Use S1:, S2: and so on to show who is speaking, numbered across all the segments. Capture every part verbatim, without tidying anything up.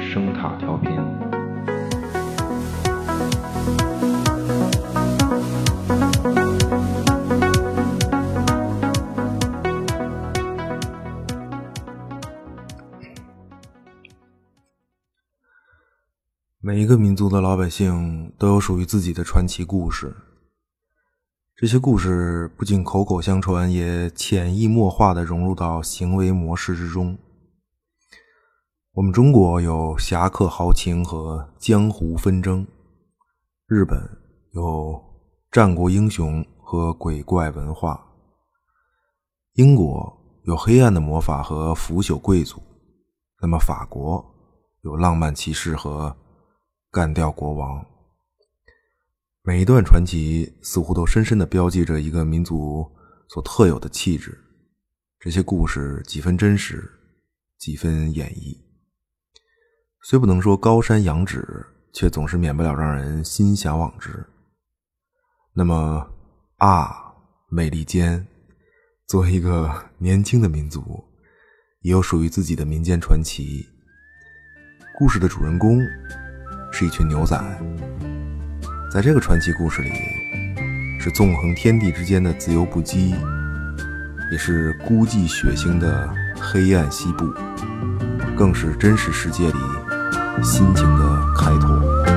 S1: 声塔调频。
S2: 每一个民族的老百姓都有属于自己的传奇故事，这些故事不仅口口相传，也潜移默化地融入到行为模式之中。我们中国有侠客豪情和江湖纷争，日本有战国英雄和鬼怪文化，英国有黑暗的魔法和腐朽贵族，那么法国有浪漫骑士和干掉国王。每一段传奇似乎都深深地标记着一个民族所特有的气质，这些故事几分真实，几分演绎，虽不能说高山仰止，却总是免不了让人心向往之。那么啊，美利坚作为一个年轻的民族，也有属于自己的民间传奇。故事的主人公是一群牛仔，在这个传奇故事里，是纵横天地之间的自由不羁，也是孤寂血腥的黑暗西部，更是真实世界里心情的开拓。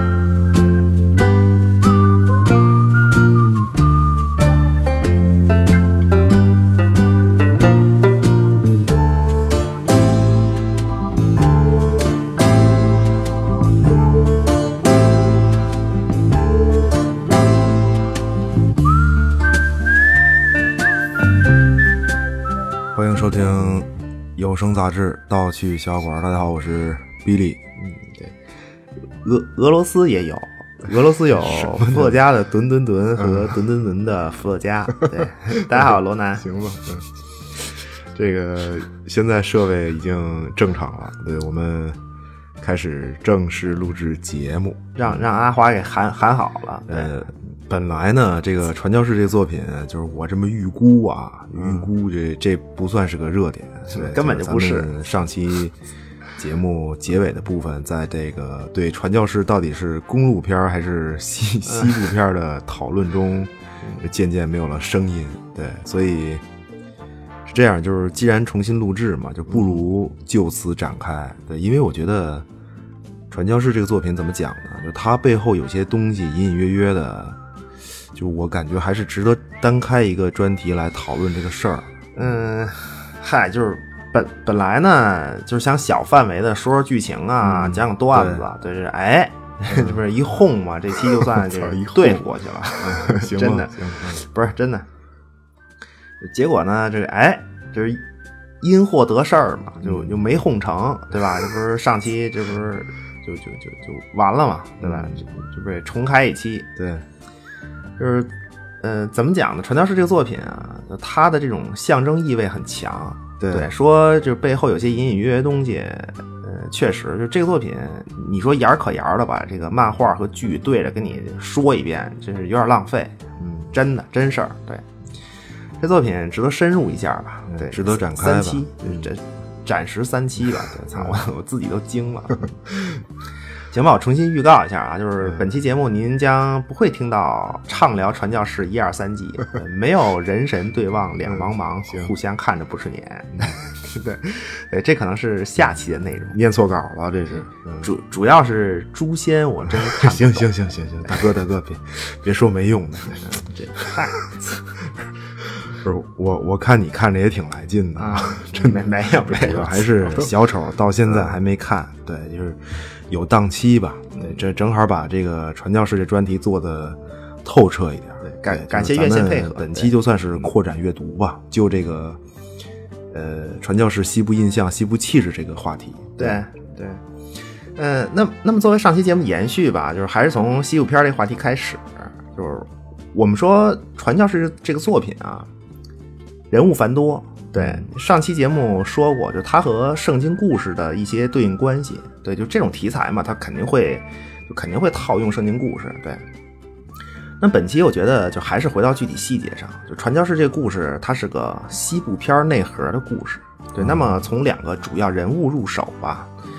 S2: 欢迎收听有声杂志盗趣小馆，大家好，我是 Billy。
S3: 嗯，对，俄俄罗斯也有，俄罗斯有伏特加的吨吨吨和吨吨吨的伏特加。对，大家好，罗南。
S2: 行吧，嗯，这个现在设备已经正常了，对，我们开始正式录制节目，
S3: 让让阿华给喊喊好了。
S2: 呃，本来呢，这个传教士这个作品，就是我这么预估啊，预估这这不算是个热点，对，
S3: 根本就不是。
S2: 就是上期节目结尾的部分，在这个对传教士到底是公路片还是西西部片的讨论中，渐渐没有了声音。对，所以是这样，就是既然重新录制嘛，就不如就此展开。对，因为我觉得传教士这个作品怎么讲呢？就它背后有些东西隐隐约约的，就我感觉还是值得单开一个专题来讨论这个事儿。
S3: 嗯，嗨，就是本本来呢，就是想小范围的说说剧情啊，嗯、讲讲段子，对，对，哎，这、嗯、不是一哄嘛，这期就算就对付过去了。
S2: 嗯、行吧，
S3: 真的，不是真的。结果呢，这个哎，就是因祸得事儿嘛，就就没哄成，对吧？这不是上期这不是就就就就完了嘛，对吧？这这不是重开一期，
S2: 对，
S3: 就是呃，怎么讲呢？传教士这个作品啊，它的这种象征意味很强。
S2: 对，
S3: 对，说就背后有些隐隐约约的东西，呃，确实，就这个作品，你说眼可眼的把这个漫画和剧对着跟你说一遍，真是有点浪费。嗯，真的真事儿。对，这作品值得深入一下吧？对，
S2: 值得展开吧。
S3: 三期，这暂时三期吧。对，操，我我自己都惊了。行吧，我重新预告一下啊，就是本期节目您将不会听到畅聊传教士一二三集，没有人神对望两茫茫，互相看着不顺眼。对，对，这可能是下期的内容。
S2: 念错稿了，这是、
S3: 嗯、主主要是诛仙，我真看不懂。
S2: 行行行行行，大哥大哥，别别说没用的，
S3: 这太。
S2: 不是我，我看你看着也挺来劲的
S3: 啊！
S2: 真的
S3: 没有没有，
S2: 还是小丑到现在还没看，对，就是有档期吧。对，这正好把这个传教士这专题做的透彻一点。
S3: 对，感感谢院线配合。
S2: 本期就算是扩展阅读吧，就这个呃传教士西部印象、西部气质这个话题。
S3: 对对，呃，那那么作为上期节目延续吧，就是还是从西部片这个话题开始，就是我们说传教士这个作品啊。人物繁多，对，上期节目说过，就它和圣经故事的一些对应关系，对，就这种题材嘛，它肯定会，就肯定会套用圣经故事，对。那本期我觉得就还是回到具体细节上，就传教士这个故事，它是个西部片内核的故事，对。那么从两个主要人物入手吧，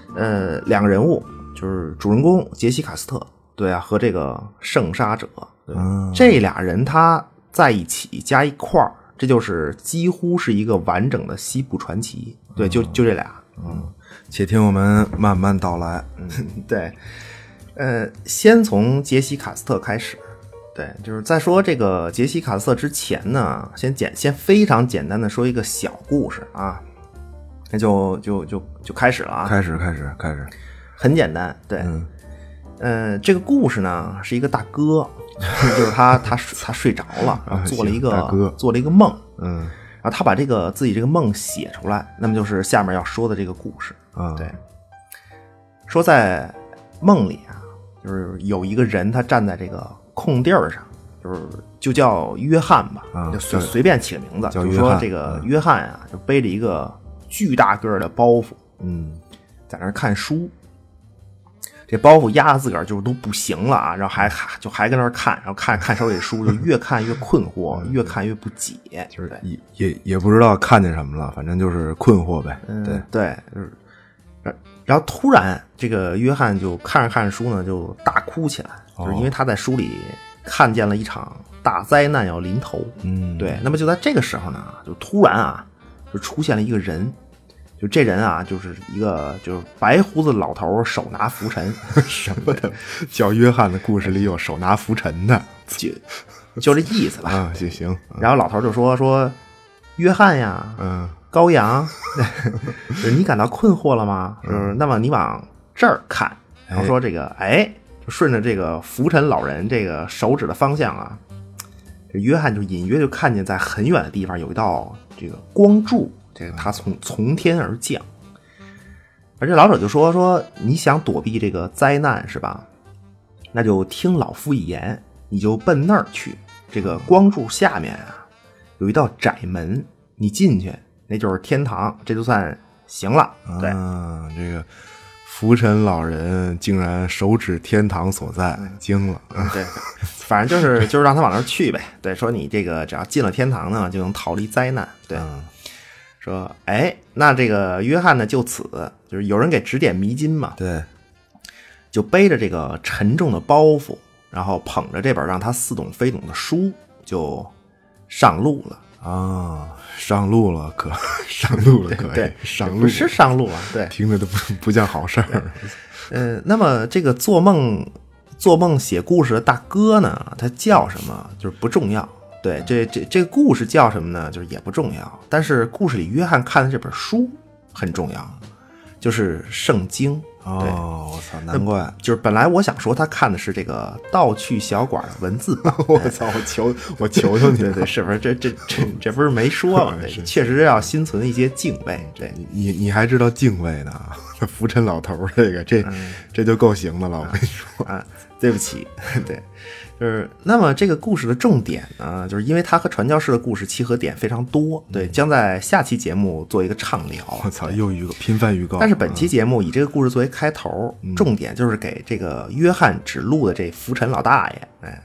S3: 呃，两个人物就是主人公杰西卡斯特，对啊，和这个圣杀者，对
S2: 嗯，
S3: 这俩人他在一起加一块儿，这就是几乎是一个完整的西部传奇。对，就就这俩。
S2: 嗯，且听我们慢慢道来。
S3: 嗯，对，呃，先从杰西卡斯特开始。对，就是在说这个杰西卡斯特之前呢，先简先非常简单的说一个小故事啊，那就就就就开始了啊，
S2: 开始开始开始，
S3: 很简单，对，
S2: 嗯，
S3: 呃，这个故事呢是一个大哥，就是他他他睡着了，然后做了一个、
S2: 大哥
S3: 做了一个梦，
S2: 嗯，
S3: 然后他把这个自己这个梦写出来，那么就是下面要说的这个故事
S2: 啊，
S3: 对，说在梦里啊，就是有一个人他站在这个空地儿上，就是就叫约翰吧，
S2: 啊、
S3: 就随随便起个名字，
S2: 叫
S3: 就是说这个约翰啊，就背着一个巨大个儿的包袱，
S2: 嗯，
S3: 在那儿看书。这包袱压得自个儿就都不行了啊，然后还还就还跟那儿看，然后看看手里书，就越看越困惑，越看越不解，
S2: 就是也也也不知道看见什么了，反正就是困惑呗。
S3: 嗯、
S2: 对
S3: 对，就是然然后突然这个约翰就看着看着书呢，就大哭起来，
S2: 哦、
S3: 就是因为他在书里看见了一场大灾难要临头。
S2: 嗯，
S3: 对。那么就在这个时候呢，就突然啊，就出现了一个人。就这人啊，就是一个就是白胡子老头，手拿拂尘，
S2: 什么的，叫约翰的故事里有手拿拂尘的，
S3: 就就这意思吧。
S2: 啊，行行。
S3: 然后老头就说说，约翰呀，
S2: 嗯，
S3: 羔羊，你感到困惑了吗？嗯，那么你往这儿看，然后说这个，哎，就顺着这个拂尘老人这个手指的方向啊，这约翰就隐约就看见在很远的地方有一道这个光柱。这个他从从天而降，而这老者就说说你想躲避这个灾难是吧？那就听老夫一言，你就奔那儿去。这个光柱下面啊，有一道窄门，你进去那就是天堂，这就算行了。对，
S2: 啊，这个拂尘老人竟然手指天堂所在，惊了。
S3: 嗯，对，反正就是就是让他往那儿去呗。对，说你这个只要进了天堂呢，就能逃离灾难。对。
S2: 嗯，
S3: 说，哎，那这个约翰呢，就此就是有人给指点迷津嘛，
S2: 对，
S3: 就背着这个沉重的包袱，然后捧着这本让他似懂非懂的书，就上路了
S2: 啊，上路了，可上路了，可以，
S3: 对，
S2: 上路
S3: 不是上路啊，对，
S2: 听着都不不像好事儿。
S3: 呃，那么这个做梦做梦写故事的大哥呢，他叫什么就是不重要。对，这这这个故事叫什么呢？就是也不重要，但是故事里约翰看的这本书很重要，就是圣经。
S2: 哦，我操，难怪，
S3: 就是本来我想说他看的是这个盗趣小馆的文字版。
S2: 我操，我求我求求你，
S3: 对对，是不是？这这这这不是没说吗？确实要心存一些敬畏。对，
S2: 你你还知道敬畏呢？拂尘老头这个，这、嗯、这就够行的了。我跟你说
S3: 啊，对不起，对。就是那么这个故事的重点呢，就是因为它和传教士的故事契合点非常多，对，将在下期节目做一个畅聊。
S2: 我操，又预告，频繁预告。
S3: 但是本期节目以这个故事作为开头，嗯、重点就是给这个约翰指路的这拂尘老大爷。哎，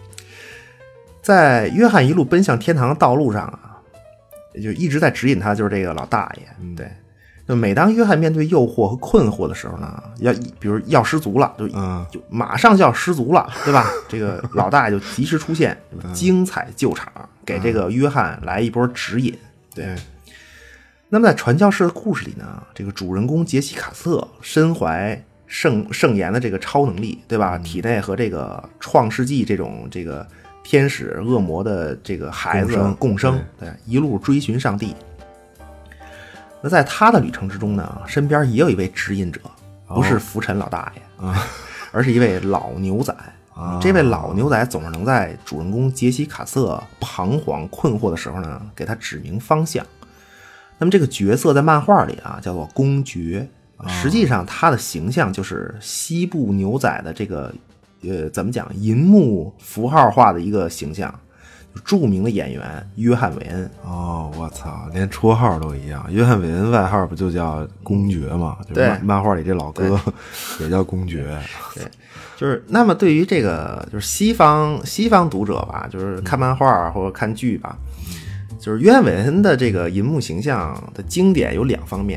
S3: 在约翰一路奔向天堂的道路上啊，就一直在指引他，就是这个老大爷。
S2: 嗯、
S3: 对。就每当约翰面对诱惑和困惑的时候呢，要比如要失足了，就、
S2: 嗯、
S3: 就马上就要失足了，对吧？这个老大爷就及时出现，
S2: 嗯、
S3: 精彩救场，给这个约翰来一波指引。对。
S2: 对，
S3: 那么在传教士的故事里呢，这个主人公杰西卡斯特身怀圣圣言的这个超能力，对吧？嗯、体内和这个创世纪这种这个天使恶魔的这个孩子共生，对，一路追寻上帝。那在他的旅程之中呢，身边也有一位指引者，不是拂尘老大爷，
S2: 哦、
S3: 而是一位老牛仔。
S2: 哦、
S3: 这位老牛仔总是能在主人公杰西卡瑟彷徨困惑的时候呢，给他指明方向。那么这个角色在漫画里啊，叫做公爵，
S2: 哦、
S3: 实际上他的形象就是西部牛仔的这个呃，怎么讲，银幕符号化的一个形象。著名的演员约翰·韦恩。
S2: 哦，我操，连绰号都一样。约翰·韦恩外号不就叫公爵吗？
S3: 对，
S2: 漫漫画里这老哥也叫公爵。
S3: 对，就是那么对于这个就是西方西方读者吧，就是看漫画或者看剧吧，嗯、就是约翰·韦恩的这个银幕形象的经典有两方面。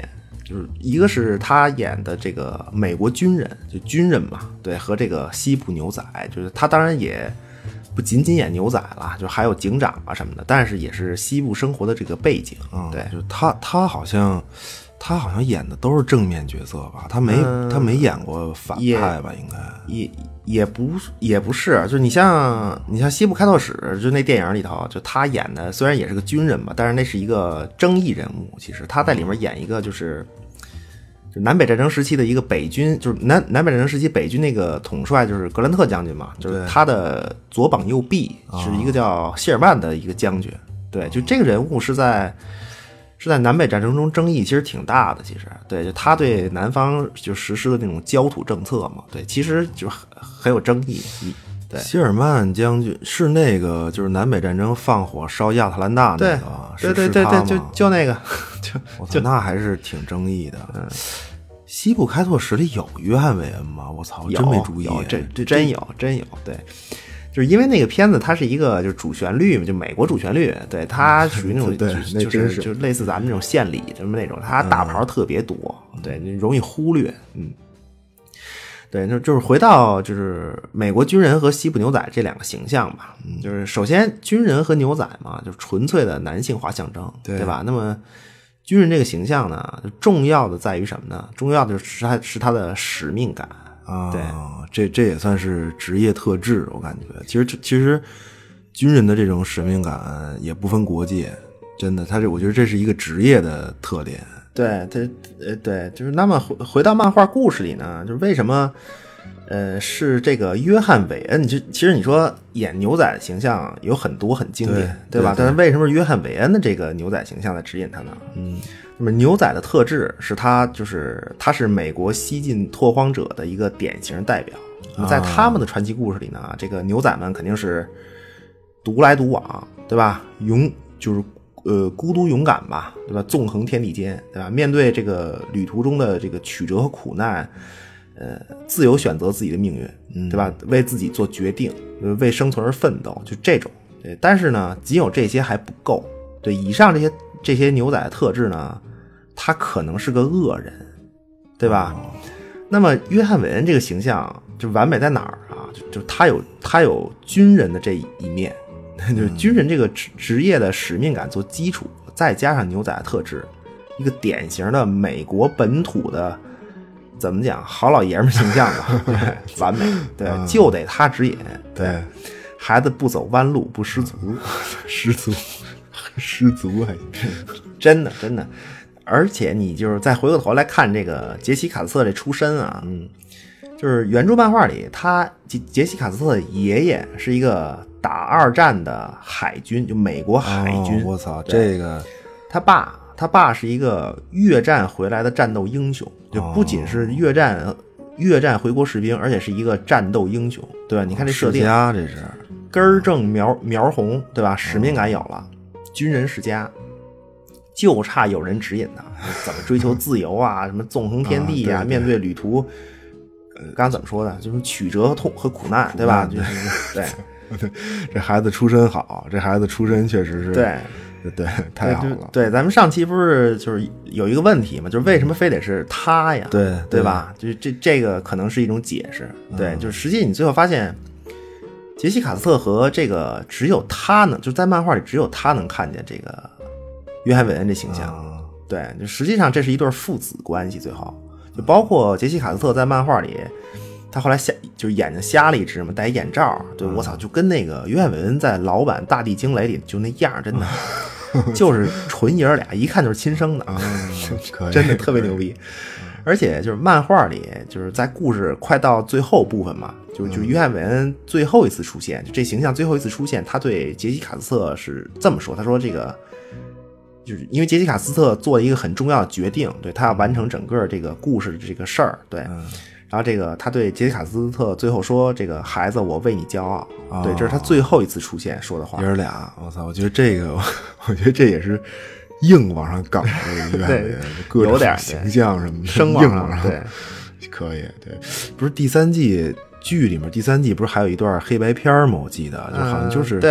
S3: 就是一个是他演的这个美国军人，就军人嘛，对，和这个西部牛仔，就是他当然也不仅仅演牛仔了，就还有警长啊什么的，但是也是西部生活的这个背景，
S2: 嗯、
S3: 对，
S2: 就他他好像他好像演的都是正面角色吧，他没、嗯、他没演过反派吧，应该
S3: 也也不也不是，就是你像你像西部开拓史，就那电影里头，就他演的虽然也是个军人吧，但是那是一个争议人物，其实他在里面演一个就是就南北战争时期的一个北军，就是南南北战争时期北军那个统帅就是格兰特将军嘛，就是他的左膀右臂是一个叫谢尔曼的一个将军，对，就这个人物是在是在南北战争中争议其实挺大的，其实对，就他对南方就实施的那种焦土政策嘛，对，其实就很很有争议。对，
S2: 谢尔曼将军是那个就是南北战争放火烧亚特兰大那个，
S3: 对对对对，就就那个，就
S2: 我操，那还是挺争议的。嗯，西部开拓史里有约翰韦恩吗？我操，真没注意，
S3: 真真有真有，对。就是因为那个片子它是一个就是主旋律嘛，就美国主旋律，对，它属于那种
S2: 对，
S3: 就是就类似咱们那种献礼什么那种，它大牌特别多，嗯、对，容易忽略，嗯，对，就就是回到就是美国军人和西部牛仔这两个形象吧，嗯、就是首先军人和牛仔嘛，就是纯粹的男性化象征，对, 对吧？那么军人这个形象呢，重要的在于什么呢？重要的是他是他的使命感。
S2: 啊，
S3: 对，
S2: 这这也算是职业特质，我感觉。其实其实军人的这种使命感也不分国界，真的，他这我觉得这是一个职业的特点。
S3: 对，对，呃，对，就是那么回回到漫画故事里呢，就是为什么，呃，是这个约翰韦恩？就其实你说演牛仔的形象有很多很经典，
S2: 对,
S3: 对吧？
S2: 对对，
S3: 但是为什么是约翰韦恩的这个牛仔形象在指引他呢？嗯。那么牛仔的特质是他就是他是美国西进拓荒者的一个典型代表。那么在他们的传奇故事里呢，啊、这个牛仔们肯定是独来独往，对吧？勇就是呃孤独勇敢吧，对吧？纵横天地间，对吧？面对这个旅途中的这个曲折和苦难，呃，自由选择自己的命运，对吧？为自己做决定，为生存而奋斗，就这种。对，但是呢，仅有这些还不够。对，以上这些。这些牛仔的特质呢，他可能是个恶人，对吧？哦、那么约翰韦恩这个形象就完美在哪儿啊？就, 就他有他有军人的这一面，就是军人这个职职业的使命感做基础，再加上牛仔的特质，一个典型的美国本土的怎么讲好老爷们形象吧，对，完美，对，嗯、就得他指引，对，对孩子不走弯路不失足，
S2: 失足。失足还
S3: 真的真的，而且你就是再回过头来看这个杰西·卡斯特这出身啊，嗯，就是原著漫画里，他杰杰西·卡斯特的爷爷是一个打二战的海军，就美国海军。
S2: 我、哦、操，这个
S3: 他爸他爸是一个越战回来的战斗英雄，就不仅是越战、哦、越战回国士兵，而且是一个战斗英雄，对吧？你看这设定，
S2: 世家这是
S3: 根正苗苗红，对吧？使命感有了。哦军人世家，就差有人指引他怎么追求自由啊，什么纵横天地啊，
S2: 啊对对
S3: 面对旅途，呃，刚刚怎么说的，就是曲折和痛和苦难，对吧？就是对，
S2: 这孩子出身好，这孩子出身确实是
S3: 对
S2: 对对，太好了。
S3: 对，对咱们上期不是就是有一个问题嘛，就是为什么非得是他呀？
S2: 对
S3: 对吧？就是这这个可能是一种解释，对，嗯、就是实际你最后发现。杰西·卡斯特和这个只有他能，就在漫画里只有他能看见这个约翰·韦恩这形象。啊、对，就实际上这是一对父子关系。最后，就包括杰西·卡斯特在漫画里，他后来瞎，就是眼睛瞎了一只嘛，戴眼罩。对，我操，就跟那个约翰·韦恩在老版《大地惊雷》里就那样，真的就是纯爷儿俩，一看就是亲生的啊，真的特别牛逼。而且就是漫画里，就是在故事快到最后部分嘛，就就约翰韦恩最后一次出现，就这形象最后一次出现，他对杰西卡斯特是这么说，他说这个就是因为杰西卡斯特做了一个很重要的决定，对他要完成整个这个故事的这个事儿，对，然后这个他对杰西卡斯特最后说，这个孩子我为你骄傲，哦、对，这是他最后一次出现说的话。
S2: 爷儿俩，我操，我觉得这个，我觉得这也是。硬往上搞的
S3: 对，
S2: 各种形象什么的，
S3: 生
S2: 硬往上
S3: 对，
S2: 可以对。不是第三季剧里面，第三季不是还有一段黑白片吗？我记得就好像就是、
S3: 嗯、对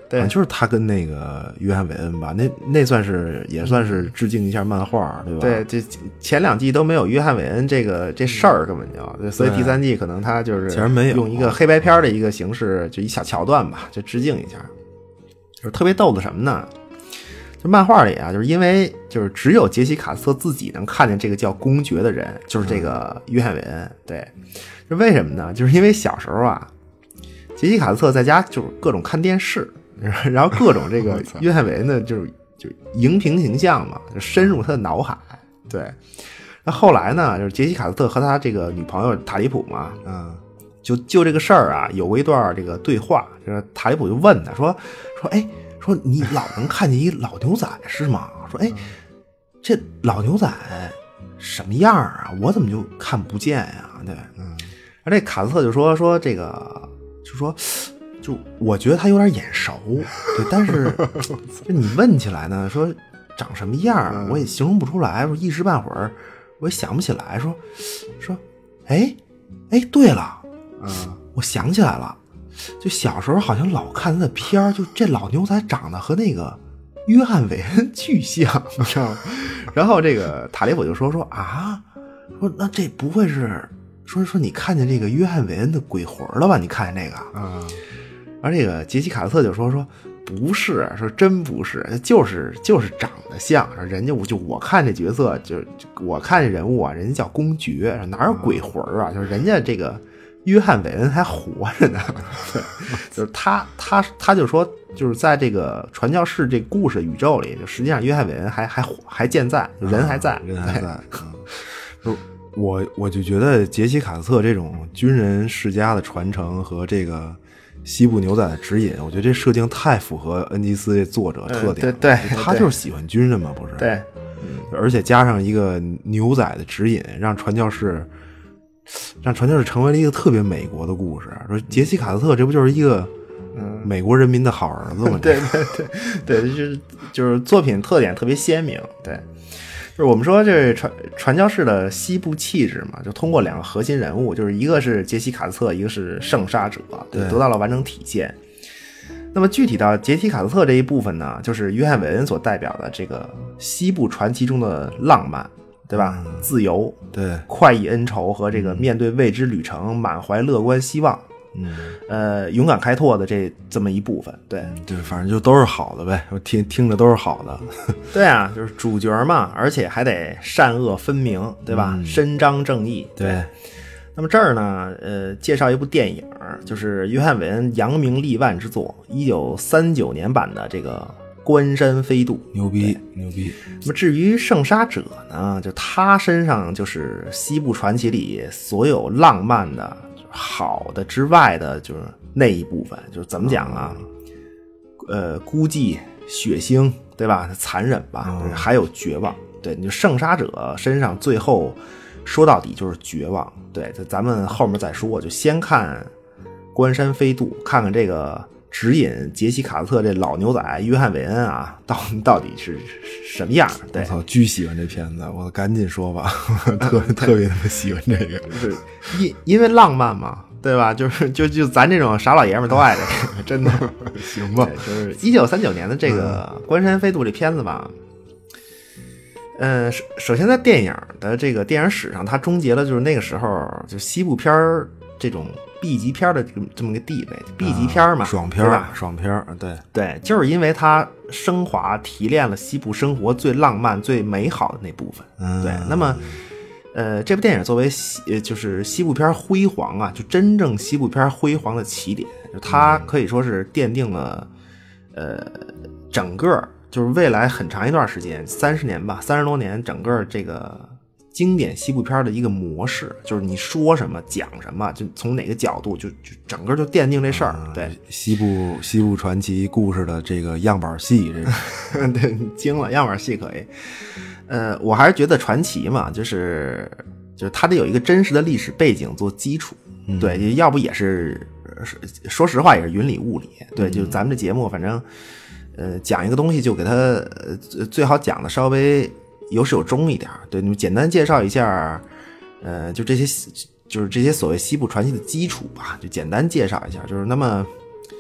S3: 对，
S2: 就是他跟那个约翰韦恩吧，那那算是也算是致敬一下漫画，对吧？
S3: 对，这前两季都没有约翰韦恩这个这事儿，根本就，所以第三季可能他就是用一个黑白片的一个形式，就一小桥段吧，就致敬一下。就是特别逗的什么呢？就漫画里啊，就是因为就是只有杰西卡斯特自己能看见这个叫公爵的人，就是这个约翰韦恩。对，就为什么呢？就是因为小时候啊，杰西卡斯特在家就是各种看电视。然后各种这个约翰韦恩的就是就荧屏形象嘛，就深入他的脑海。对，那后来呢，就是杰西卡斯特和他这个女朋友塔里普嘛，
S2: 嗯，
S3: 就就这个事儿啊，有过一段这个对话，就是塔里普就问他说说，哎，说你老能看见一老牛仔是吗？说，哎，这老牛仔什么样啊？我怎么就看不见呀？对，嗯，而这卡斯特就说说这个，就说。就我觉得他有点眼熟，对，但是就你问起来呢，说长什么样，我也形容不出来，说一时半会儿我也想不起来，说说，哎哎，对了，
S2: 嗯，
S3: 我想起来了，就小时候好像老看他的片儿，就这老牛仔长得和那个约翰韦恩巨像，你知道吗？然后这个塔利普就说说啊，说那这不会是说说你看见这个约翰韦恩的鬼魂了吧？你看见这个啊？
S2: 嗯
S3: 而这个杰西卡斯特就说说不是，说真不是，就是就是长得像，说人家就我看这角色，就我看这人物啊，人家叫公爵，哪有鬼魂啊？就是人家这个约翰韦恩还活着呢，就是他他他就说，就是在这个传教士这个故事宇宙里，就实际上约翰韦恩还还还健在，人还在，
S2: 人还在。嗯、我我就觉得杰西卡斯特这种军人世家的传承和这个。西部牛仔的指引，我觉得这设定太符合恩吉斯这作者特点了、
S3: 嗯、对对，
S2: 他就是喜欢军人嘛，不是？
S3: 对，
S2: 嗯，而且加上一个牛仔的指引，让传教士，让传教士成为了一个特别美国的故事。说杰西卡斯特，这不就是一个美国人民的好儿子吗？
S3: 嗯、对对对对，就是就是作品特点特别鲜明，对。就是我们说这传传教士的西部气质嘛，就通过两个核心人物，就是一个是杰西卡斯特，一个是圣杀者，对，得到了完整体现。那么具体到杰西卡斯特这一部分呢，就是约翰韦恩所代表的这个西部传奇中的浪漫，对吧？嗯、自由，
S2: 对，
S3: 快意恩仇和这个面对未知旅程满怀乐观希望。
S2: 嗯，
S3: 呃，勇敢开拓的这这么一部分，对，
S2: 对，反正就都是好的呗，我听听着都是好的。
S3: 对啊，就是主角嘛，而且还得善恶分明，对吧？嗯、伸张正义。
S2: 对。对
S3: 那么这儿呢，呃，介绍一部电影，就是约翰韦恩扬名立万之作，一九三九年版的这个《关山飞渡》，
S2: 牛逼牛逼。
S3: 那么至于圣杀者呢，就他身上就是西部传奇里所有浪漫的。好的之外的就是那一部分，就是怎么讲啊？呃，孤寂、血腥，对吧？残忍吧，嗯、还有绝望。对，你就圣杀者身上最后说到底就是绝望。对，咱们后面再说，就先看《关山飞渡》，看看这个指引杰西卡斯特这老牛仔约翰韦恩啊，到到底是什么样？对，
S2: 我操，巨喜欢这片子，我赶紧说吧，特别特别他妈喜欢这个，
S3: 是因因为浪漫嘛，对吧？就是就就咱这种傻老爷们都爱这个，真的
S2: 行吧？
S3: 就是一九三九年的这个《关山飞渡》这片子吧。呃，首首先在电影的这个电影史上，它终结了就是那个时候就西部片这种 B 级片的这么个地位 ，B 级片嘛，
S2: 啊、爽片吧？爽片，对
S3: 对，就是因为它升华提炼了西部生活最浪漫、最美好的那部分。
S2: 嗯、
S3: 对，那么，呃，这部电影作为西就是西部片辉煌啊，就真正西部片辉煌的起点，就它可以说是奠定了，呃，整个。就是未来很长一段时间，三十年吧，三十多年，整个这个经典西部片的一个模式，就是你说什么讲什么，就从哪个角度，就就整个就奠定这事儿、嗯。对，
S2: 西部西部传奇故事的这个样板戏，这
S3: 个对惊了，样板戏可以。呃，我还是觉得传奇嘛，就是就是它得有一个真实的历史背景做基础，
S2: 嗯、
S3: 对，要不也是说实话也是云里雾里。对，就咱们这节目，反正。呃，讲一个东西就给它，呃，最好讲的稍微有始有终一点。对，你们简单介绍一下，呃，就这些，就是这些所谓西部传奇的基础吧，就简单介绍一下。就是那么，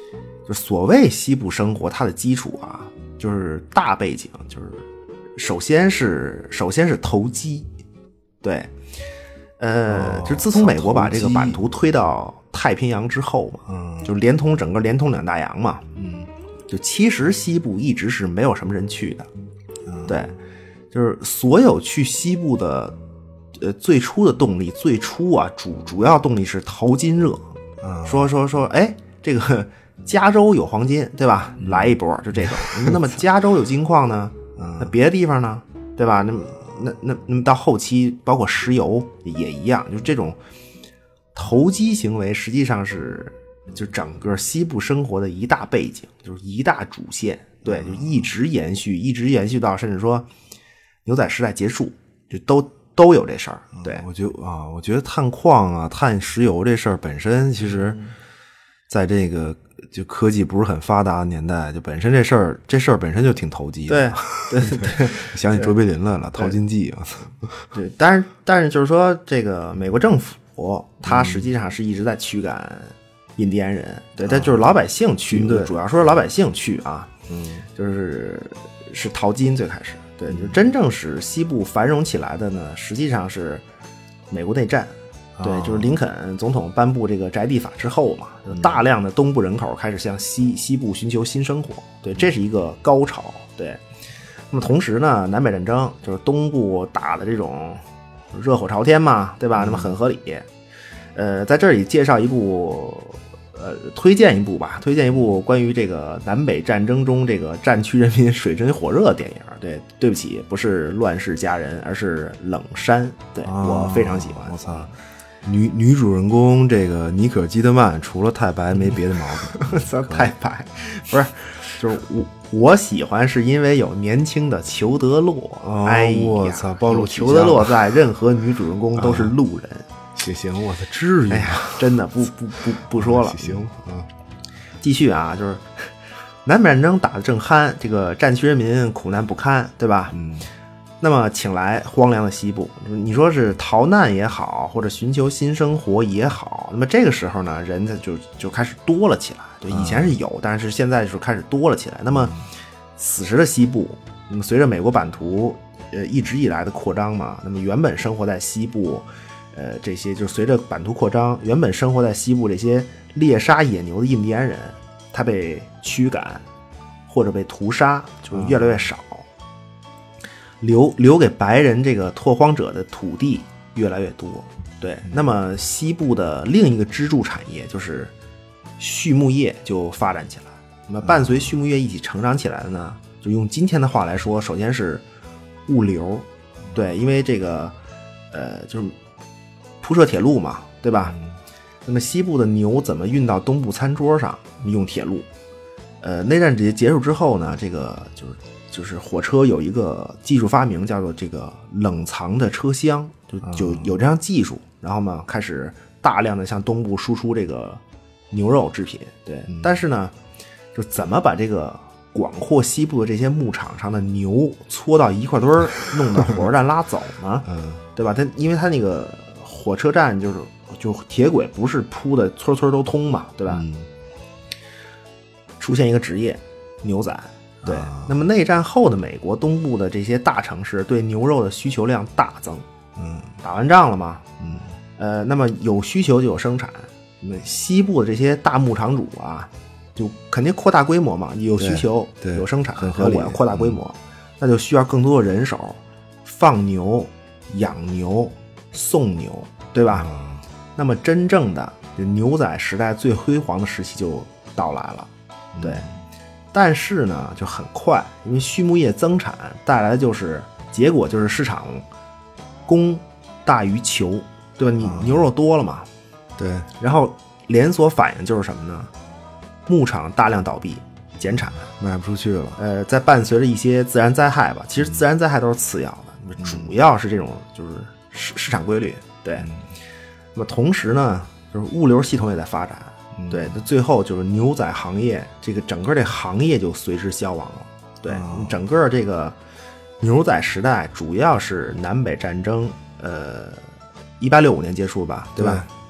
S3: 就所谓西部生活，它的基础啊，就是大背景，就是首先是首先是投机，对，呃，
S2: 哦、
S3: 就自从美国把这个版图推到太平洋之后嘛，
S2: 嗯，
S3: 就连通整个连通两大洋嘛，
S2: 嗯，
S3: 就其实西部一直是没有什么人去的，嗯、对，就是所有去西部的，呃，最初的动力，最初啊，主主要动力是淘金热，
S2: 嗯，
S3: 说说说，哎，这个。加州有黄金，对吧？来一波，就这种。那么加州有金矿呢？那别的地方呢？对吧？那那那那么到后期，包括石油也一样，就这种投机行为，实际上是就整个西部生活的一大背景，就是一大主线。对，就一直延续，一直延续到甚至说牛仔时代结束，就都都有这事儿。对，
S2: 我觉得啊，我觉得探矿啊、探石油这事儿本身，其实在这个。就科技不是很发达的年代，就本身这事儿，这事儿本身就挺投机
S3: 的。对对对，
S2: 想起卓别林来了，淘金记啊。
S3: 对，但是但是就是说，这个美国政府，它实际上是一直在驱赶印第安人。嗯、对，但就是老百姓去，
S2: 对，
S3: 主要说是老百姓去啊。
S2: 嗯，
S3: 就是是淘金最开始。对，就真正使西部繁荣起来的呢，实际上是美国内战。对，就是林肯总统颁布这个宅地法之后嘛，就大量的东部人口开始向西西部寻求新生活。对，这是一个高潮。对，那么同时呢，南北战争就是东部打的这种热火朝天嘛，对吧？那么很合理。呃，在这里介绍一部，呃，推荐一部吧，推荐一部关于这个南北战争中这个战区人民水深火热的电影。对，对不起，不是《乱世佳人》，而是《冷山》。对、哦、我非常喜欢。
S2: 我操！女女主人公这个妮可基德曼除了太白没别的毛病。
S3: 太白不是，就是我我喜欢是因为有年轻的裘德洛。
S2: 哦、
S3: 哎呀，
S2: 我操！暴露
S3: 裘德洛在任何女主人公都是路人。
S2: 行行，我操，至于吗？
S3: 哎呀，真的不不不不说了。
S2: 行啊，
S3: 继续啊，就是南北战争打得正酣，这个战区人民苦难不堪，对吧？
S2: 嗯。
S3: 那么请来荒凉的西部，你说是逃难也好，或者寻求新生活也好，那么这个时候呢，人就就开始多了起来。对，以前是有，嗯、但是现在就是开始多了起来。那么此时的西部，那么随着美国版图呃一直以来的扩张嘛，那么原本生活在西部，呃这些就随着版图扩张，原本生活在西部这些猎杀野牛的印第安人，他被驱赶或者被屠杀，就越来越少。嗯留留给白人这个拓荒者的土地越来越多。对，那么西部的另一个支柱产业就是畜牧业就发展起来。那么伴随畜牧业一起成长起来的呢，就用今天的话来说，首先是物流。对，因为这个呃就是铺设铁路嘛，对吧？那么西部的牛怎么运到东部餐桌上？用铁路。呃，内战结结束之后呢，这个就是就是火车有一个技术发明，叫做这个冷藏的车厢，就就有这样技术，然后呢开始大量的向东部输出这个牛肉制品。对，嗯、但是呢，就怎么把这个广阔西部的这些牧场上的牛搓到一块堆儿，弄到火车站拉走呢？嗯，对吧？它因为它那个火车站就是就铁轨不是铺的村村都通嘛，对吧？嗯、出现一个职业，牛仔。对，那么内战后的美国东部的这些大城市对牛肉的需求量大增。嗯，打完仗了嘛，嗯，呃，那么有需求就有生产。那么西部的这些大牧场主啊，就肯定扩大规模嘛，有需求，有生产，
S2: 很合理。
S3: 我要扩大规模，嗯、那就需要更多的人手，放牛、养牛、送牛，对吧？嗯、那么真正的牛仔时代最辉煌的时期就到来了。嗯、对。但是呢，就很快，因为畜牧业增产带来的就是结果，就是市场供大于求，对吧？你牛肉多了嘛，
S2: 对。
S3: 然后连锁反应就是什么呢？牧场大量倒闭、减产，
S2: 卖不出去了。
S3: 呃，在伴随着一些自然灾害吧，其实自然灾害都是次要的，嗯、主要是这种就是市市场规律。对。嗯、那么同时呢，就是物流系统也在发展。对，那最后就是牛仔行业，这个整个这行业就随之消亡了。对，哦、整个这个牛仔时代主要是南北战争，呃，一八六五年结束吧，对吧？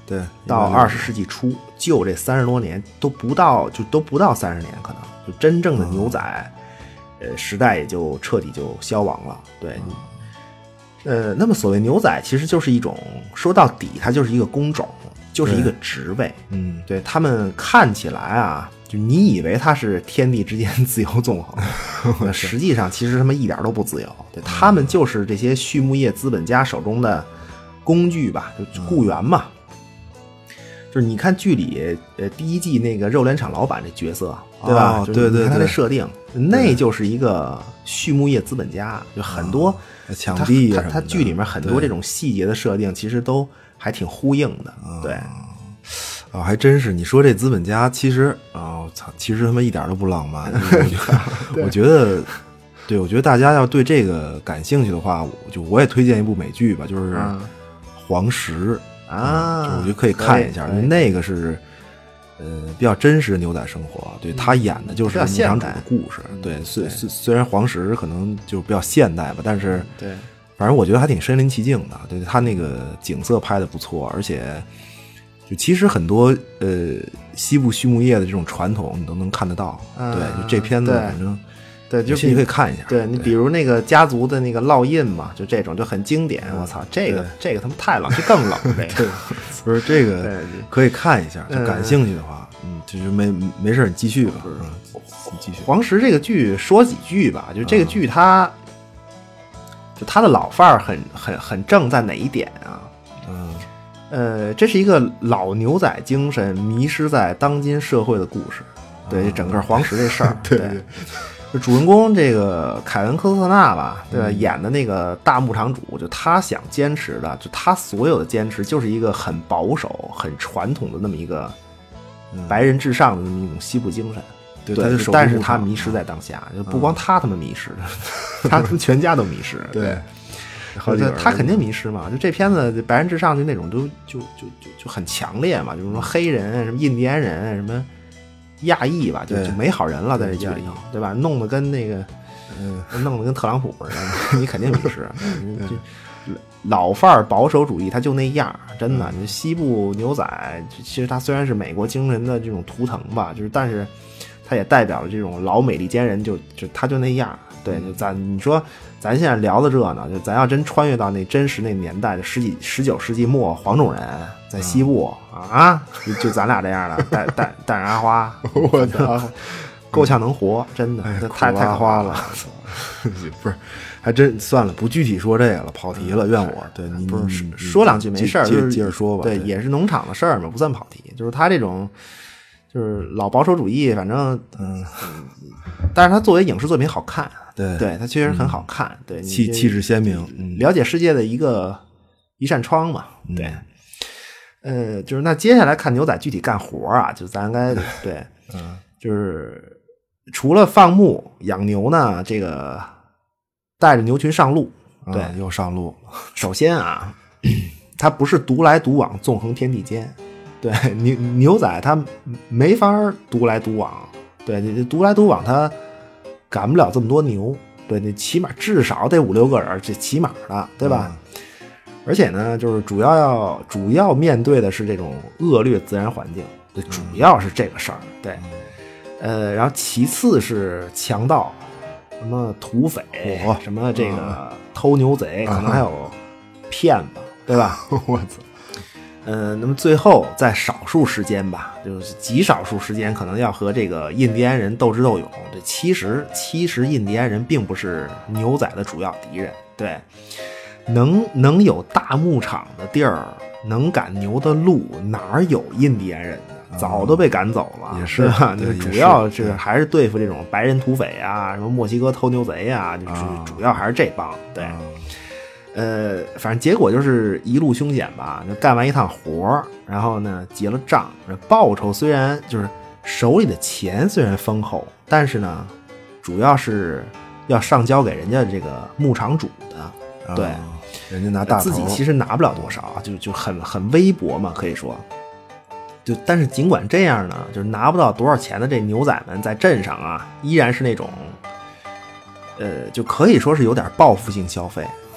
S2: 对，
S3: 到二十世纪初，就这三十多年都不到，就都不到三十年，可能就真正的牛仔，嗯、呃，时代也就彻底就消亡了。对，嗯、呃，那么所谓牛仔，其实就是一种说到底，它就是一个工种，就是一个职位。
S2: 嗯，
S3: 对他们看起来啊，就你以为他是天地之间自由纵横，实际上其实他们一点都不自由。对，他们就是这些畜牧业资本家手中的工具吧，就雇员嘛。嗯，就是你看剧里，呃，第一季那个肉联厂老板这角色，对吧？
S2: 哦、对对对，
S3: 你看他的设定，那就是一个畜牧业资本家，就很多
S2: 抢地
S3: 他他他剧里面很多这种细节的设定，其实都还挺呼应的。对，
S2: 啊、哦，还真是。你说这资本家，其实啊，我操，其实他妈一点都不浪漫。我觉得，对，我觉得大家要对这个感兴趣的话，就我也推荐一部美剧吧，就是《黄石》。
S3: 啊、
S2: 嗯，我觉得可以看一下，因为那个是呃比较真实的牛仔生活，对他演的就是牧场主的故事。对，虽虽虽然黄石可能就比较现代吧，但是
S3: 对，
S2: 反正我觉得还挺身临其境的。对他那个景色拍的不错，而且就其实很多呃西部畜牧业的这种传统你都能看得到。
S3: 啊、
S2: 对，就这片子反正。
S3: 对，就
S2: 你可以看一下。
S3: 对你比如那个家族的那个烙印嘛，就这种就很经典。我操，这个这个他妈太冷，就更冷。这个
S2: 不是这个可以看一下，就感兴趣的话，嗯，就是没没事你继续吧。嗯，你继续。
S3: 黄石这个剧说几句吧，就这个剧它，就它的老范儿很很很正在哪一点啊？
S2: 嗯，
S3: 呃，这是一个老牛仔精神迷失在当今社会的故事。对，整个黄石这事儿，
S2: 对。
S3: 就主人公这个凯文·科斯特纳吧，对吧、嗯？演的那个大牧场主，就他想坚持的，就他所有的坚持，就是一个很保守、很传统的那么一个白人至上的那么一种西部精神。
S2: 对，
S3: 对
S2: 他是
S3: 但是他迷失在当下，就不光他他们迷失，嗯、他们全家都迷失。
S2: 对，
S3: 对他肯定迷失嘛。就这片子白人至上就那种都就就就就很强烈嘛，就是说黑人、什么印第安人、什么。亚裔吧，就就没好人了，在这剧里头，对吧？弄得跟那个，嗯，弄得跟特朗普似的，你肯定迷失。就老范儿保守主义，他就那样，真的。你西部牛仔，其实他虽然是美国精神的这种图腾吧，就是但是他也代表了这种老美利坚人就，就就他就那样。对，就咱你说咱现在聊的这呢，就咱要真穿越到那真实那年代的十几十九世纪末，黄种人在西部、嗯、啊，就, 就咱俩这样的，带带带上阿花，
S2: 我操，
S3: 够呛能活，真的，
S2: 哎、
S3: 太太可怕了。
S2: 不是，还真算了，不具体说这个了，跑题了，怨我。对你
S3: 不是说两句没事儿，
S2: 就是接着说吧。
S3: 对，也是农场的事儿嘛，不算跑题。就是他这种。就是老保守主义，反正嗯，但是他作为影视作品好看，
S2: 对，
S3: 对他确实很好看，嗯、对，
S2: 气气质鲜明、
S3: 嗯，了解世界的一个一扇窗嘛，对，嗯、呃，就是那接下来看牛仔具体干活啊，就咱该对，
S2: 嗯，
S3: 就是除了放牧养牛呢，这个带着牛群上路，对，
S2: 嗯、又上路，
S3: 首先啊，他不是独来独往，纵横天地间。对牛牛仔他没法独来独往，对你独来独往他赶不了这么多牛，对你起码至少得五六个人，这起码的，对吧？嗯、而且呢，就是主要要主要面对的是这种恶劣自然环境，对，主要是这个事儿，对，呃，然后其次是强盗，什么土匪，什么这个偷牛贼，
S2: 嗯、
S3: 可能还有骗子，对吧？
S2: 我操！
S3: 呃，那么最后在少数时间吧，就是极少数时间，可能要和这个印第安人斗智斗勇。这其实其实印第安人并不是牛仔的主要敌人，对，能能有大牧场的地儿，能赶牛的路，哪有印第安人呢？早都被赶走了，
S2: 也是
S3: 吧？就主要是还是对付这种白人土匪啊，什么墨西哥偷牛贼啊，就主主要还是这帮，对。呃，反正结果就是一路凶险吧，就干完一趟活，然后呢结了账，报酬虽然就是手里的钱虽然丰厚，但是呢，主要是要上交给人家这个牧场主的，对，
S2: 哦、人家拿大头，
S3: 自己其实拿不了多少，就就很很微薄嘛，可以说。就但是尽管这样呢，就是拿不到多少钱的这牛仔们在镇上啊，依然是那种，呃，就可以说是有点报复性消费。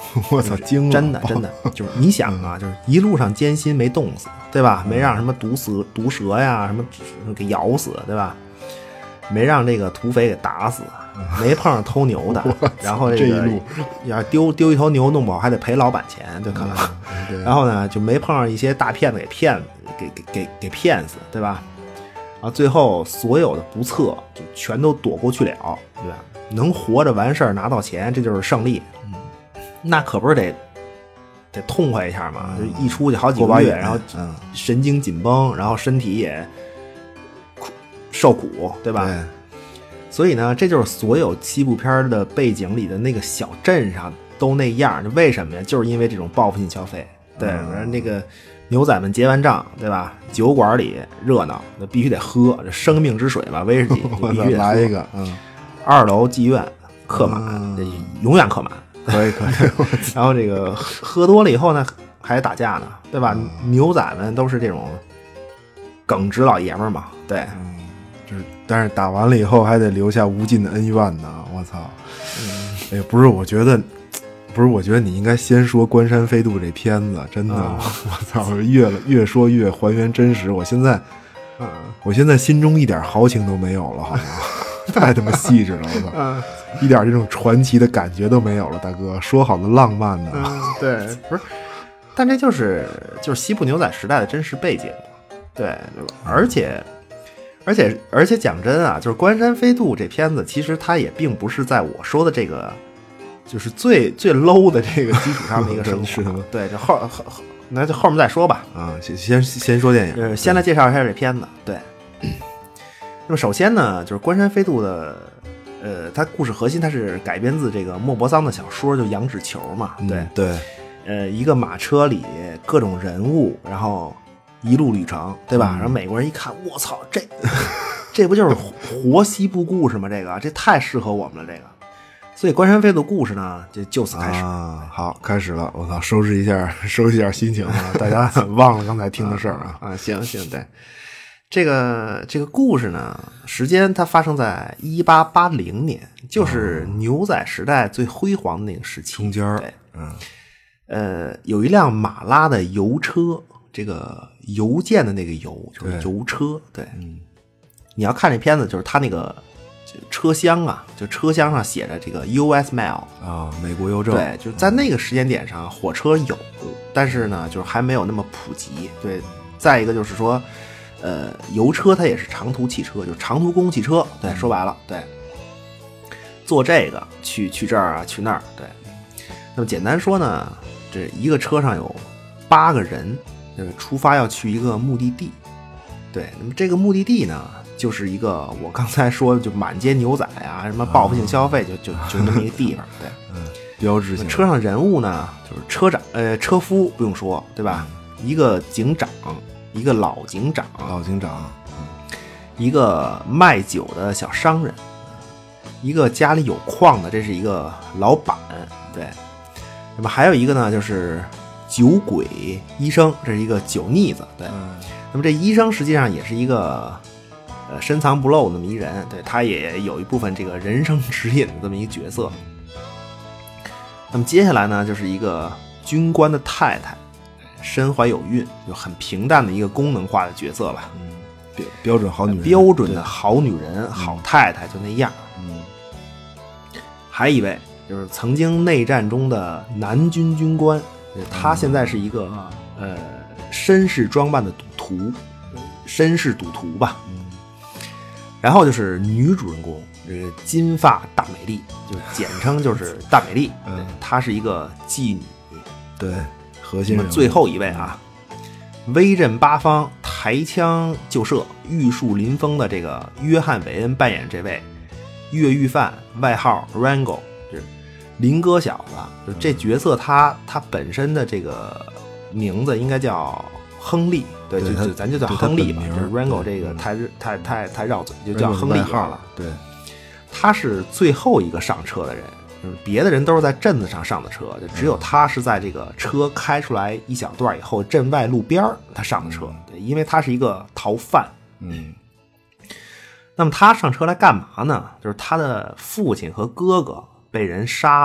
S2: 我操，惊了！
S3: 真的真的就是你想啊，就是一路上艰辛没冻死，对吧？没让什么毒蛇、毒蛇呀什么给咬死，对吧？没让这个土匪给打死，没碰上偷牛的，然后这个
S2: 这一路
S3: 要丢丢一头牛弄不好还得赔老板钱，对可能。
S2: 嗯、
S3: 然后呢，就没碰上一些大骗子给骗给给给给骗死，对吧？然后最后所有的不测就全都躲过去了，对吧？能活着完事儿拿到钱，这就是胜利。嗯，那可不是得得痛快一下嘛？嗯、就一出去好几个月，然后神经紧绷，然后身体也受苦，对吧？
S2: 对。
S3: 所以呢，这就是所有西部片的背景里的那个小镇上都那样。为什么呀？就是因为这种报复性消费。对，嗯、那个牛仔们结完账，对吧？酒馆里热闹，那必须得喝，这生命之水吧，威士忌必须得
S2: 来一个。嗯。
S3: 二楼妓院客满，
S2: 嗯、
S3: 永远客满。
S2: 可以可以。
S3: 然后这个喝多了以后呢，还打架呢，对吧？嗯、牛仔们都是这种耿直老爷们儿嘛，对。
S2: 嗯，就是但是打完了以后还得留下无尽的恩怨呢。我操！嗯、哎呀，不是，我觉得不是，我觉得你应该先说《关山飞渡》这片子，真的，啊、我操，越越说越还原真实。我现在，
S3: 嗯、
S2: 我现在心中一点豪情都没有了，好吗？太他妈细致了，我操！
S3: 嗯、
S2: 一点这种传奇的感觉都没有了，大哥。说好的浪漫呢？
S3: 嗯、对，不是，但这就是就是西部牛仔时代的真实背景，对，而且而且而且讲真啊，就是《关山飞渡》这片子，其实它也并不是在我说的这个就是最最 low 的这个基础上的一个生活。
S2: 是的，
S3: 对，这后后那就后面再说吧。
S2: 啊，先先先说电影，
S3: 就是先来介绍一下这片子，对。那么首先呢，就是《关山飞渡》的，呃，它故事核心它是改编自这个莫泊桑的小说，就《羊脂球》嘛，对、
S2: 嗯、对，
S3: 呃，一个马车里各种人物，然后一路旅程，对吧？嗯、然后美国人一看，我操，这这不就是活西部故事吗？这个这太适合我们了，这个。所以《关山飞渡》故事呢，就就此开始。
S2: 啊，好，开始了，我操，收拾一下，收拾一下心情啊，大家忘了刚才听的事儿啊
S3: 啊，行行，对。这个这个故事呢，时间它发生在一八八零年，就是牛仔时代最辉煌的那个时期。
S2: 中间，
S3: 对，
S2: 嗯，
S3: 呃，有一辆马拉的邮车，这个邮件的那个邮就是邮车，对，
S2: 嗯，
S3: 你要看这片子，就是它那个车厢啊，就车厢上写着这个 U S Mail
S2: 啊，美国邮政，
S3: 对，就是在那个时间点上，火车有，但是呢，就是还没有那么普及。对，再一个就是说。呃，油车它也是长途汽车，就是长途公共汽车。对，说白了，对，坐这个去去这儿啊，去那儿。对，那么简单说呢，这一个车上有八个人，呃，出发要去一个目的地。对，那么这个目的地呢，就是一个我刚才说就满街牛仔啊，什么报复性消费，就就就那么一个地方。对，
S2: 嗯，标志性。
S3: 车上人物呢，就是车长，呃，车夫不用说，对吧？一个警长。一个老警长，
S2: 老警长，
S3: 嗯，一个卖酒的小商人，一个家里有矿的，这是一个老板，对。那么还有一个呢，就是酒鬼医生，这是一个酒腻子，对。
S2: 嗯、
S3: 那么这医生实际上也是一个呃深藏不露的那么一人，对，他也有一部分这个人生指引的这么一个角色。那么接下来呢，就是一个军官的太太。身怀有孕，就很平淡的一个功能化的角色吧。
S2: 嗯，标标准好女人，
S3: 标准的好女人、好太太就那样。
S2: 嗯，
S3: 还一位就是曾经内战中的南军军官，他现在是一个、嗯、呃绅士装扮的赌徒，绅士赌徒吧。
S2: 嗯，
S3: 然后就是女主人公，这个金发大美丽，就简称就是大美丽。
S2: 嗯，
S3: 她是一个妓女。
S2: 对。核心人物
S3: 最后一位啊，威震八方、抬枪就射、玉树临风的这个约翰·韦恩扮演这位越狱犯，外号 Rango， 就是林哥小子。就这角色他他本身的这个名字应该叫亨利，对，
S2: 对
S3: 就就咱就叫亨利吧。就是 Rango 这个太太太太绕嘴，就叫亨利
S2: 号了。对，
S3: 他是最后一个上车的人。就是别的人都是在镇子上上的车，就只有他是在这个车开出来一小段以后，镇外路边他上的车。对，因为他是一个逃犯。
S2: 嗯，
S3: 那么他上车来干嘛呢？就是他的父亲和哥哥被人杀了，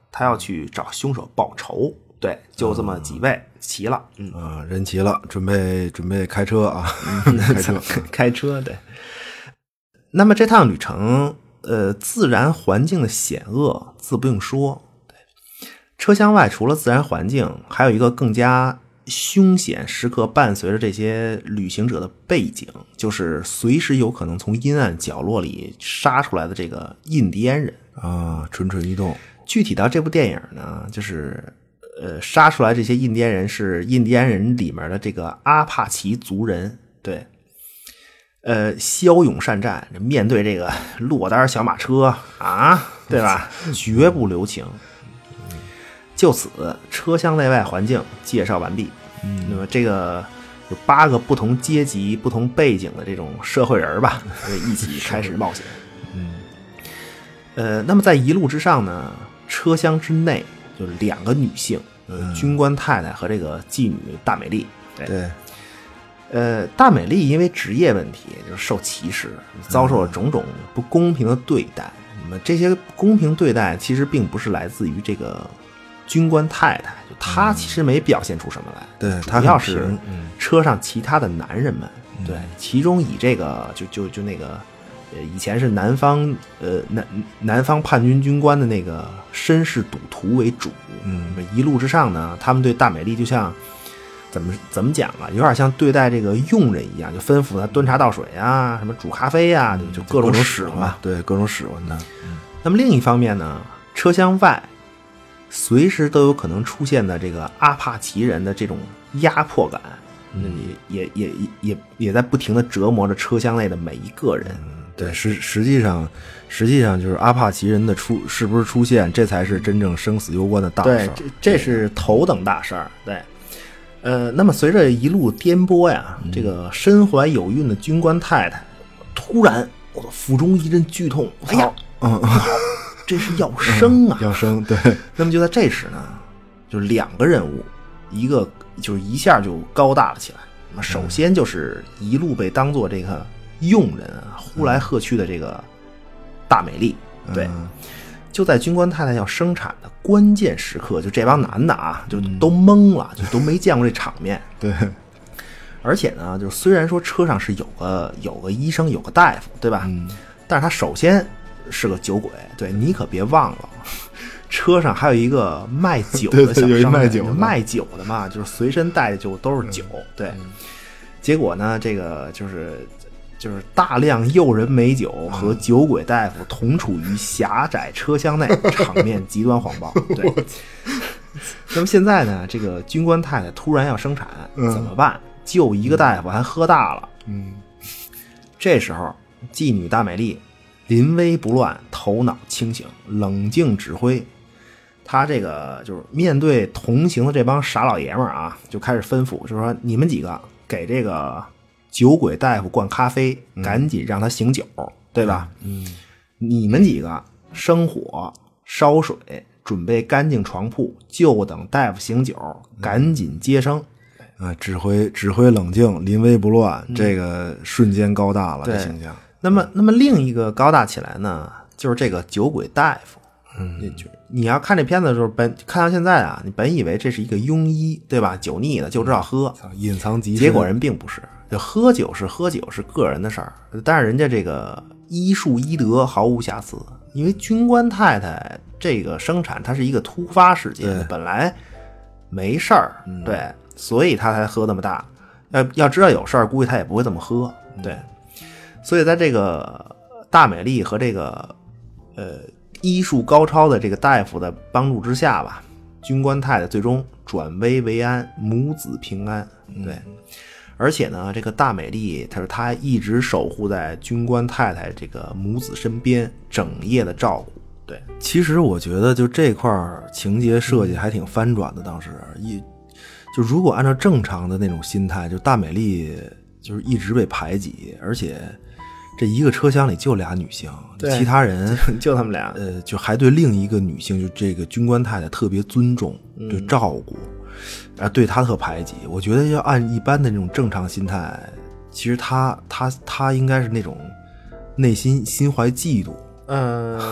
S3: 他要去找凶手报仇。对，就这么几位齐了，嗯
S2: 啊，人齐了，准备准备开车啊，开车
S3: 开车。对，那么这趟旅程，呃，自然环境的险恶自不用说。对，车厢外除了自然环境，还有一个更加凶险时刻伴随着这些旅行者的背景，就是随时有可能从阴暗角落里杀出来的这个印第安人
S2: 啊，蠢蠢欲动。
S3: 具体到这部电影呢，就是呃，杀出来这些印第安人是印第安人里面的这个阿帕奇族人。对，呃，骁勇善战，面对这个落单小马车啊，对吧？绝不留情。就此，车厢内外环境介绍完毕。嗯，那么这个有八个不同阶级、不同背景的这种社会人吧，一起开始冒险。嗯，呃，那么在一路之上呢，车厢之内就是两个女性，呃，军官太太和这个妓女大美丽。对。
S2: 对，
S3: 呃，大美丽因为职业问题，就是受歧视，遭受了种种不公平的对待。那么这些不公平对待其实并不是来自于这个军官太太，就她其实没表现出什么来。
S2: 对，
S3: 主要是车上其他的男人们。嗯、对，其中以这个就就就那个呃以前是南方呃南南方叛军军官的那个绅士赌徒为主。嗯，一路之上呢，他们对大美丽就像。怎么怎么讲啊？有点像对待这个佣人一样，就吩咐他端茶倒水啊，什么煮咖啡啊，就就各种使唤吧。
S2: 对，各种使唤的。
S3: 嗯。那么另一方面呢，车厢外随时都有可能出现的这个阿帕奇人的这种压迫感，嗯，也也也也也在不停的折磨着车厢内的每一个人。
S2: 嗯、对，实实际上实际上就是阿帕奇人的出是不是出现，这才是真正生死攸关的大事。
S3: 对，这这是头等大事儿。对。呃，那么随着一路颠簸呀，这个身怀有孕的军官太太突然，我的腹中一阵剧痛，哎呀，
S2: 嗯，
S3: 不好，这是要生啊，
S2: 嗯、要生。对，
S3: 那么就在这时呢，就是两个人物，一个就是一下就高大了起来。那么首先就是一路被当做这个佣人啊，呼来喝去的这个大美丽，对。嗯，就在军官太太要生产的关键时刻，就这帮男的啊，就都懵了，就都没见过这场面。
S2: 对，
S3: 而且呢，就虽然说车上是有个有个医生，有个大夫，对吧？嗯，但是他首先是个酒鬼，对，你可别忘了，车上还有一个卖酒的小商人，
S2: 有一卖酒的
S3: 卖酒的嘛，就是随身带的就都是酒。对，结果呢，这个就是。就是大量诱人美酒和酒鬼大夫同处于狭窄车厢内，场面极端谎报。对，那么现在呢，这个军官太太突然要生产，怎么办？就一个大夫还喝大了。嗯，这时候妓女大美丽临危不乱，头脑清醒，冷静指挥。他这个就是面对同行的这帮傻老爷们儿啊，就开始吩咐，就是说你们几个给这个。酒鬼大夫灌咖啡，赶紧让他醒酒，嗯、对吧？嗯，你们几个生火烧水，准备干净床铺，就等大夫醒酒，赶紧接生。
S2: 啊，指挥指挥冷静，临危不乱，嗯、这个瞬间高大了，这形象。
S3: 那么，那么另一个高大起来呢，就是这个酒鬼大夫。嗯，就你要看这片子的时候，本看到现在啊，你本以为这是一个庸医，对吧？酒腻的就知道喝，
S2: 隐藏极深，
S3: 结果人并不是。就喝酒是喝酒，是个人的事儿，但是人家这个医术医德毫无瑕疵。因为军官太太这个生产，它是一个突发事件，本来没事儿，嗯、对，所以他才喝那么大。要要知道有事儿，估计他也不会这么喝，对。所以在这个大美丽和这个呃医术高超的这个大夫的帮助之下吧，军官太太最终转危为安，母子平安，对。嗯，而且呢，这个大美丽，她说她一直守护在军官太太这个母子身边，整夜的照顾。对，
S2: 其实我觉得就这块情节设计还挺翻转的。当时一就如果按照正常的那种心态，就大美丽就是一直被排挤，而且这一个车厢里就俩女性，其他人
S3: 就他们俩，
S2: 呃，就还对另一个女性，就这个军官太太特别尊重，就照顾。嗯，啊，对他特排挤。我觉得要按一般的那种正常心态，其实他他他应该是那种内心心怀嫉妒。
S3: 呃，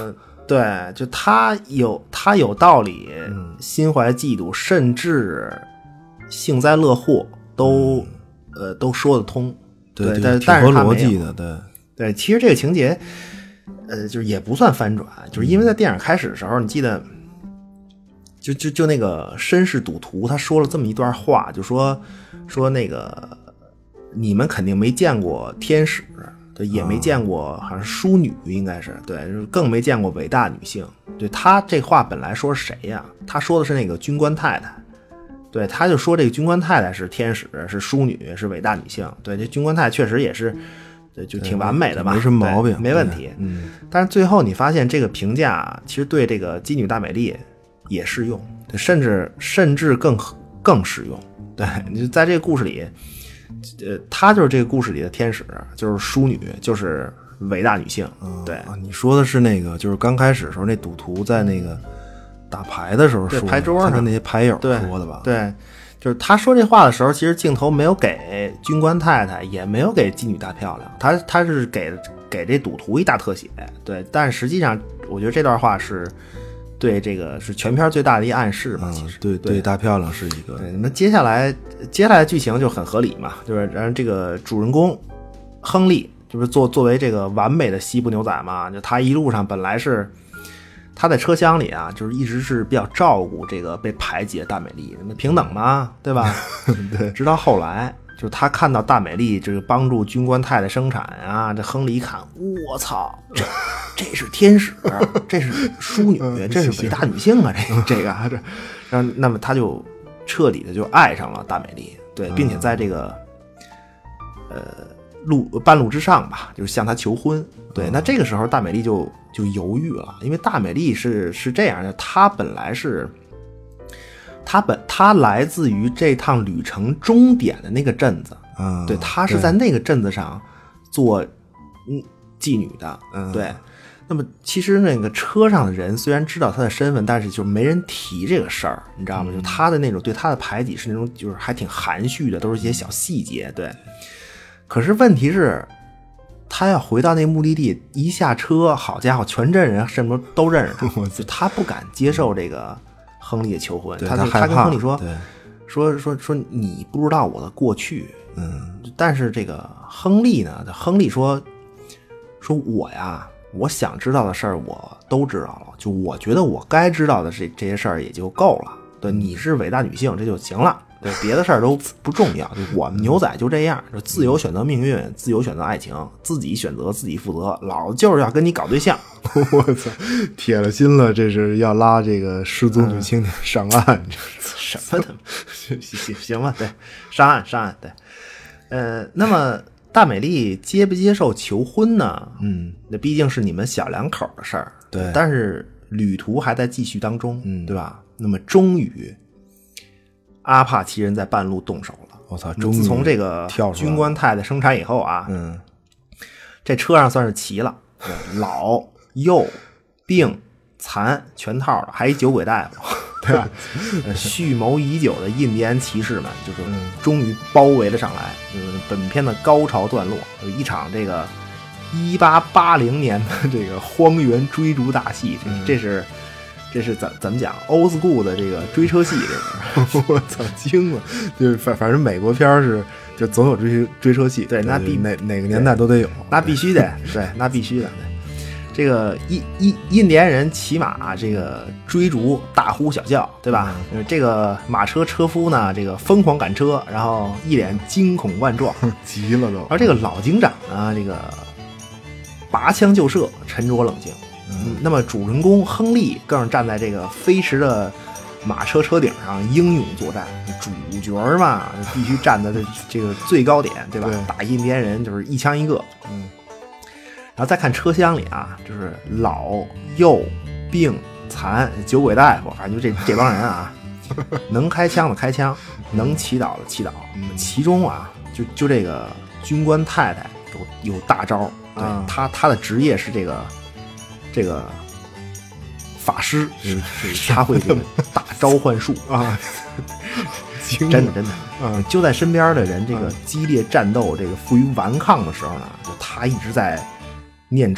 S3: 对，就他有他有道理，嗯、心怀嫉妒，甚至幸灾乐祸都、嗯、呃都说得通。
S2: 对，
S3: 对但
S2: 挺合逻辑的，对
S3: 对。其实这个情节，呃，就是也不算翻转，就是因为在电影开始的时候，你记得，就就就那个绅士赌徒他说了这么一段话，就说说那个你们肯定没见过天使。对，也没见过，好像是淑女，应该是对，更没见过伟大女性。对，他这话本来说是谁呀？他说的是那个军官太太。对，他就说这个军官太太是天使，是淑女，是伟大女性。对，这军官太太确实也是，对，就挺完美的吧，
S2: 没什么毛病，
S3: 没问题。嗯，但是最后你发现这个评价其实对这个姬女大美丽也适用，甚至甚至更更适用。对，你在这个故事里。呃，她就是这个故事里的天使，就是淑女，就是伟大女性。嗯、对、
S2: 啊，你说的是那个，就是刚开始的时候，那赌徒在那个打牌的时候说，
S3: 牌桌上
S2: 他跟那些牌友说的吧？
S3: 对，对就是他说这话的时候，其实镜头没有给军官太太，也没有给妓女大漂亮，他他是给给这赌徒一大特写。对，但实际上，我觉得这段话是。对，这个是全片最大的一暗示吧？其实，
S2: 嗯、对对，大漂亮是一个。
S3: 对，那接下来接下来的剧情就很合理嘛，就是让这个主人公亨利，就是作作为这个完美的西部牛仔嘛，就他一路上本来是他在车厢里啊，就是一直是比较照顾这个被排挤的大美丽，那平等嘛，对吧？
S2: 对，
S3: 直到后来。就是他看到大美丽这个帮助军官太太生产啊，这亨利一看，我操，这这是天使，这是淑女，这是伟大女性啊，这这个这，然后那么他就彻底的就爱上了大美丽，对，并且在这个呃路半路之上吧，就是向他求婚。对，那这个时候大美丽就就犹豫了，因为大美丽是是这样的，她本来是。他本他来自于这趟旅程终点的那个镇子，
S2: 嗯，
S3: 对，他是在那个镇子上做嗯妓女的，
S2: 嗯，
S3: 对。那么其实那个车上的人虽然知道他的身份，但是就没人提这个事儿，你知道吗？
S2: 嗯、
S3: 就他的那种对他的排挤是那种就是还挺含蓄的，都是一些小细节，对。可是问题是，他要回到那目的地，一下车，好家伙，全镇人什么都认识他，就他不敢接受这个。亨利的求婚，他
S2: 他
S3: 他跟亨利说，
S2: 说
S3: 说说你不知道我的过去，
S2: 嗯，
S3: 但是这个亨利呢，亨利说，说我呀，我想知道的事儿我都知道了，就我觉得我该知道的这这些事儿也就够了，对，你是伟大女性这就行了，对，别的事儿都不重要，就我们牛仔就这样，就自由选择命运，自由选择爱情，自己选择自己负责，老子就是要跟你搞对象。
S2: 我操，铁了心了，这是要拉这个失踪女青年上岸，
S3: 嗯、什么的，行行行吧，对，上岸上岸，对，呃，那么大美丽接不接受求婚呢？
S2: 嗯，
S3: 那毕竟是你们小两口的事儿，
S2: 对，
S3: 但是旅途还在继续当中，
S2: 嗯，
S3: 对吧？那么终于，阿帕奇人在半路动手了。
S2: 我操，
S3: 自从这个军官太太生产以后啊，
S2: 嗯，
S3: 这车上算是齐了，老。幼、病、残全套的，还一酒鬼大夫，对吧？蓄谋已久的印第安骑士们，就是终于包围了上来。嗯，本片的高潮段落，有一场这个一八八零年的这个荒原追逐大戏，这、嗯、这是这是怎怎么讲 ？old school 的这个追车戏，这
S2: 个我操惊了！就反反正美国片是就总有追追车戏，
S3: 对，那必
S2: 哪哪个年代都得有，
S3: 那必须的，对，那必须的。这个印印印第安人骑马，这个追逐大呼小叫，对吧？嗯、这个马车车夫呢，这个疯狂赶车，然后一脸惊恐万状，
S2: 急了都。
S3: 然后这个老警长呢，这个拔枪就射，沉着冷静。嗯，那么主人公亨利更是站在这个飞驰的马车车顶上英勇作战。主角嘛，必须站在这个最高点，对吧？
S2: 对，
S3: 打印第安人就是一枪一个。
S2: 嗯。
S3: 然后再看车厢里啊，就是老幼病残酒鬼大夫，反正就这这帮人啊，能开枪的开枪，能祈祷的祈祷。其中啊，就就这个军官太太有有大招，对、嗯、他他的职业是这个这个法师，就是他会这个大招幻术
S2: 啊，
S3: 真的真的，嗯，就在身边的人这个激烈战斗，这个负隅顽抗的时候呢，就他一直在念咒，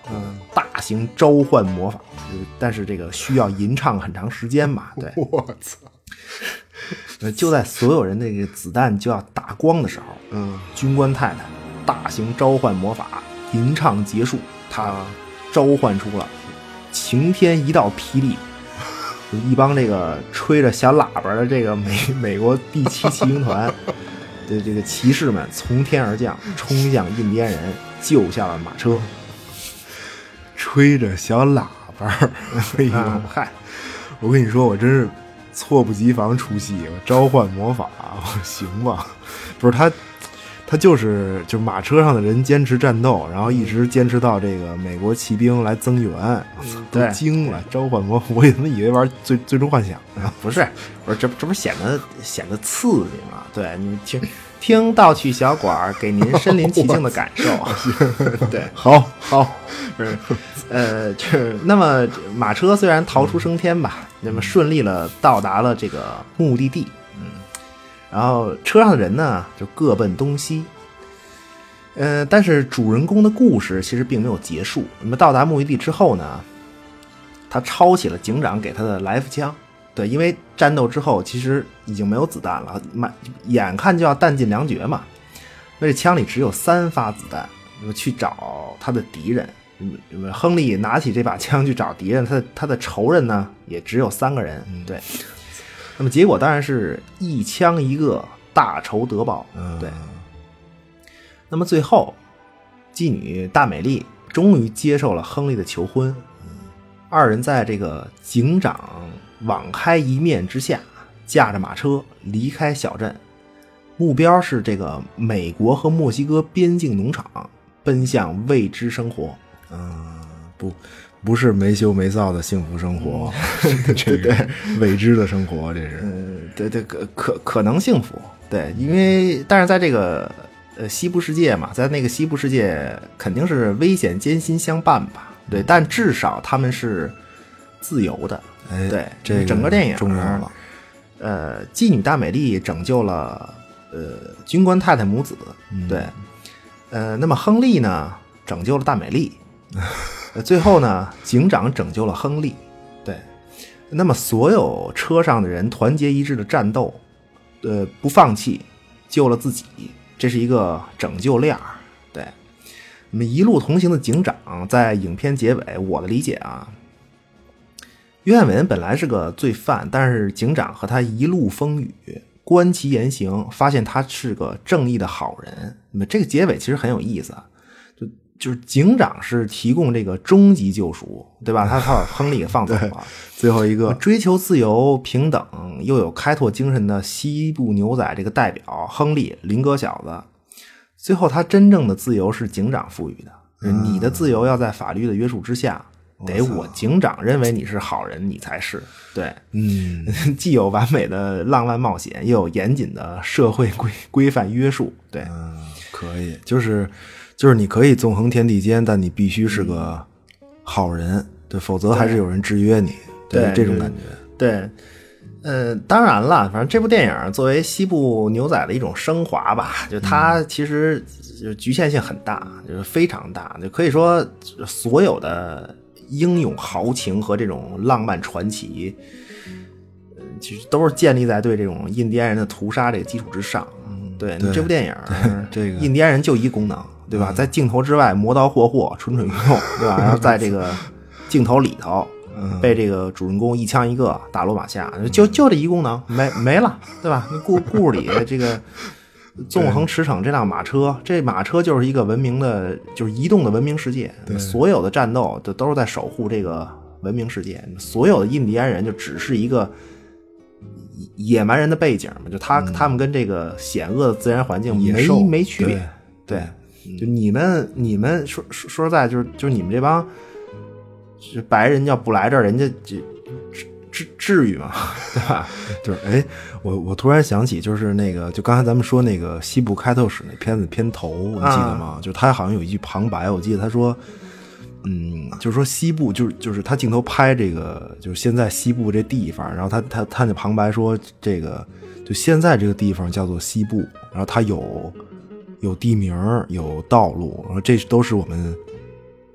S3: 嗯，大型召唤魔法，但是这个需要吟唱很长时间嘛。对，
S2: 我操！
S3: 就在所有人那个子弹就要打光的时候，
S2: 嗯，
S3: 军官太太大型召唤魔法吟唱结束，他召唤出了晴天一道霹雳，一帮这个吹着小喇叭的这个美美国第七骑兵团的这个骑士们从天而降，冲向印第安人，救下了马车，
S2: 吹着小喇叭。哎呦，
S3: 啊、嗨，
S2: 我跟你说，我真是猝不及防出戏，我召唤魔法，我行吧？不是他，他就是就是马车上的人坚持战斗，然后一直坚持到这个美国骑兵来增援，
S3: 嗯、
S2: 都惊了。召唤魔法，我他妈以为玩最最终幻想呢，
S3: 不是，不是，这这不是显得显得刺激吗？对你听听盗趣小馆给您身临其境的感受。对，
S2: 好好，
S3: 是呃，就是那么马车虽然逃出升天吧，那么顺利了到达了这个目的地，嗯，然后车上的人呢就各奔东西。呃，但是主人公的故事其实并没有结束。那么到达目的地之后呢，他抄起了警长给他的来福枪。对，因为战斗之后其实已经没有子弹了，眼看就要弹尽粮绝嘛。那这枪里只有三发子弹，那么去找他的敌人。亨利拿起这把枪去找敌人，他的他的仇人呢也只有三个人。对，那么结果当然是一枪一个，大仇得报。对，那么最后妓女大美丽终于接受了亨利的求婚，二人在这个警长网开一面之下，驾着马车离开小镇，目标是这个美国和墨西哥边境农场，奔向未知生活。
S2: 嗯，不，不是没羞没臊的幸福生活，嗯、这个未知的生活，这是。
S3: 嗯，对对，可可可能幸福，对，因为但是在这个呃西部世界嘛，在那个西部世界肯定是危险艰辛相伴吧，对，但至少他们是自由的。
S2: 哎，
S3: 对，
S2: 这个
S3: 整个电影
S2: 重要了。
S3: 呃，妓女大美丽拯救了呃军官太太母子，
S2: 嗯、
S3: 对，呃，那么亨利呢拯救了大美丽。最后呢，警长拯救了亨利。对，那么所有车上的人团结一致的战斗，呃，不放弃，救了自己，这是一个拯救链儿。对，那么一路同行的警长在影片结尾，我的理解啊，约翰·韦恩本来是个罪犯，但是警长和他一路风雨，观其言行，发现他是个正义的好人。那么这个结尾其实很有意思啊。就是警长是提供这个终极救赎，对吧？他他把亨利给放走了。
S2: 最后一个
S3: 追求自由平等又有开拓精神的西部牛仔这个代表亨利林哥小子，最后他真正的自由是警长赋予的。嗯、你的自由要在法律的约束之下，得我警长认为你是好人，你才是对。
S2: 嗯，
S3: 既有完美的浪漫冒险，又有严谨的社会规规范约束。对，
S2: 嗯，可以，就是。就是你可以纵横天地间，但你必须是个好人，对，否则还是有人制约你，对，
S3: 对
S2: 这种感觉。
S3: 对，呃，当然了，反正这部电影作为西部牛仔的一种升华吧，就它其实就局限性很大，就是非常大，就可以说所有的英勇豪情和这种浪漫传奇，呃，其实都是建立在对这种印第安人的屠杀这个基础之上。嗯，对，
S2: 对
S3: 这部电影，
S2: 这个
S3: 印第安人就一功能。对吧？在镜头之外磨刀霍霍，蠢蠢欲动，对吧？然后在这个镜头里头，被这个主人公一枪一个打落马下，就就这一功能没没了，对吧？故故事里这个纵横驰骋这辆马车，这马车就是一个文明的，就是移动的文明世界，所有的战斗都都是在守护这个文明世界，所有的印第安人就只是一个野蛮人的背景嘛，就他、嗯、他们跟这个险恶的自然环境没没区别，对。对就你们，你们说说说实在，就是就是你们这帮，就白人要不来这儿，人家就至至至于吗？对吧？
S2: 就是哎，我我突然想起，就是那个，就刚才咱们说那个西部开拓史那片子片头，你记得吗？啊、就他好像有一句旁白，我记得他说，嗯，就是说西部，就是就是他镜头拍这个，就是现在西部这地方，然后他他他那旁白说，这个就现在这个地方叫做西部，然后它有。有地名，有道路，然后这都是我们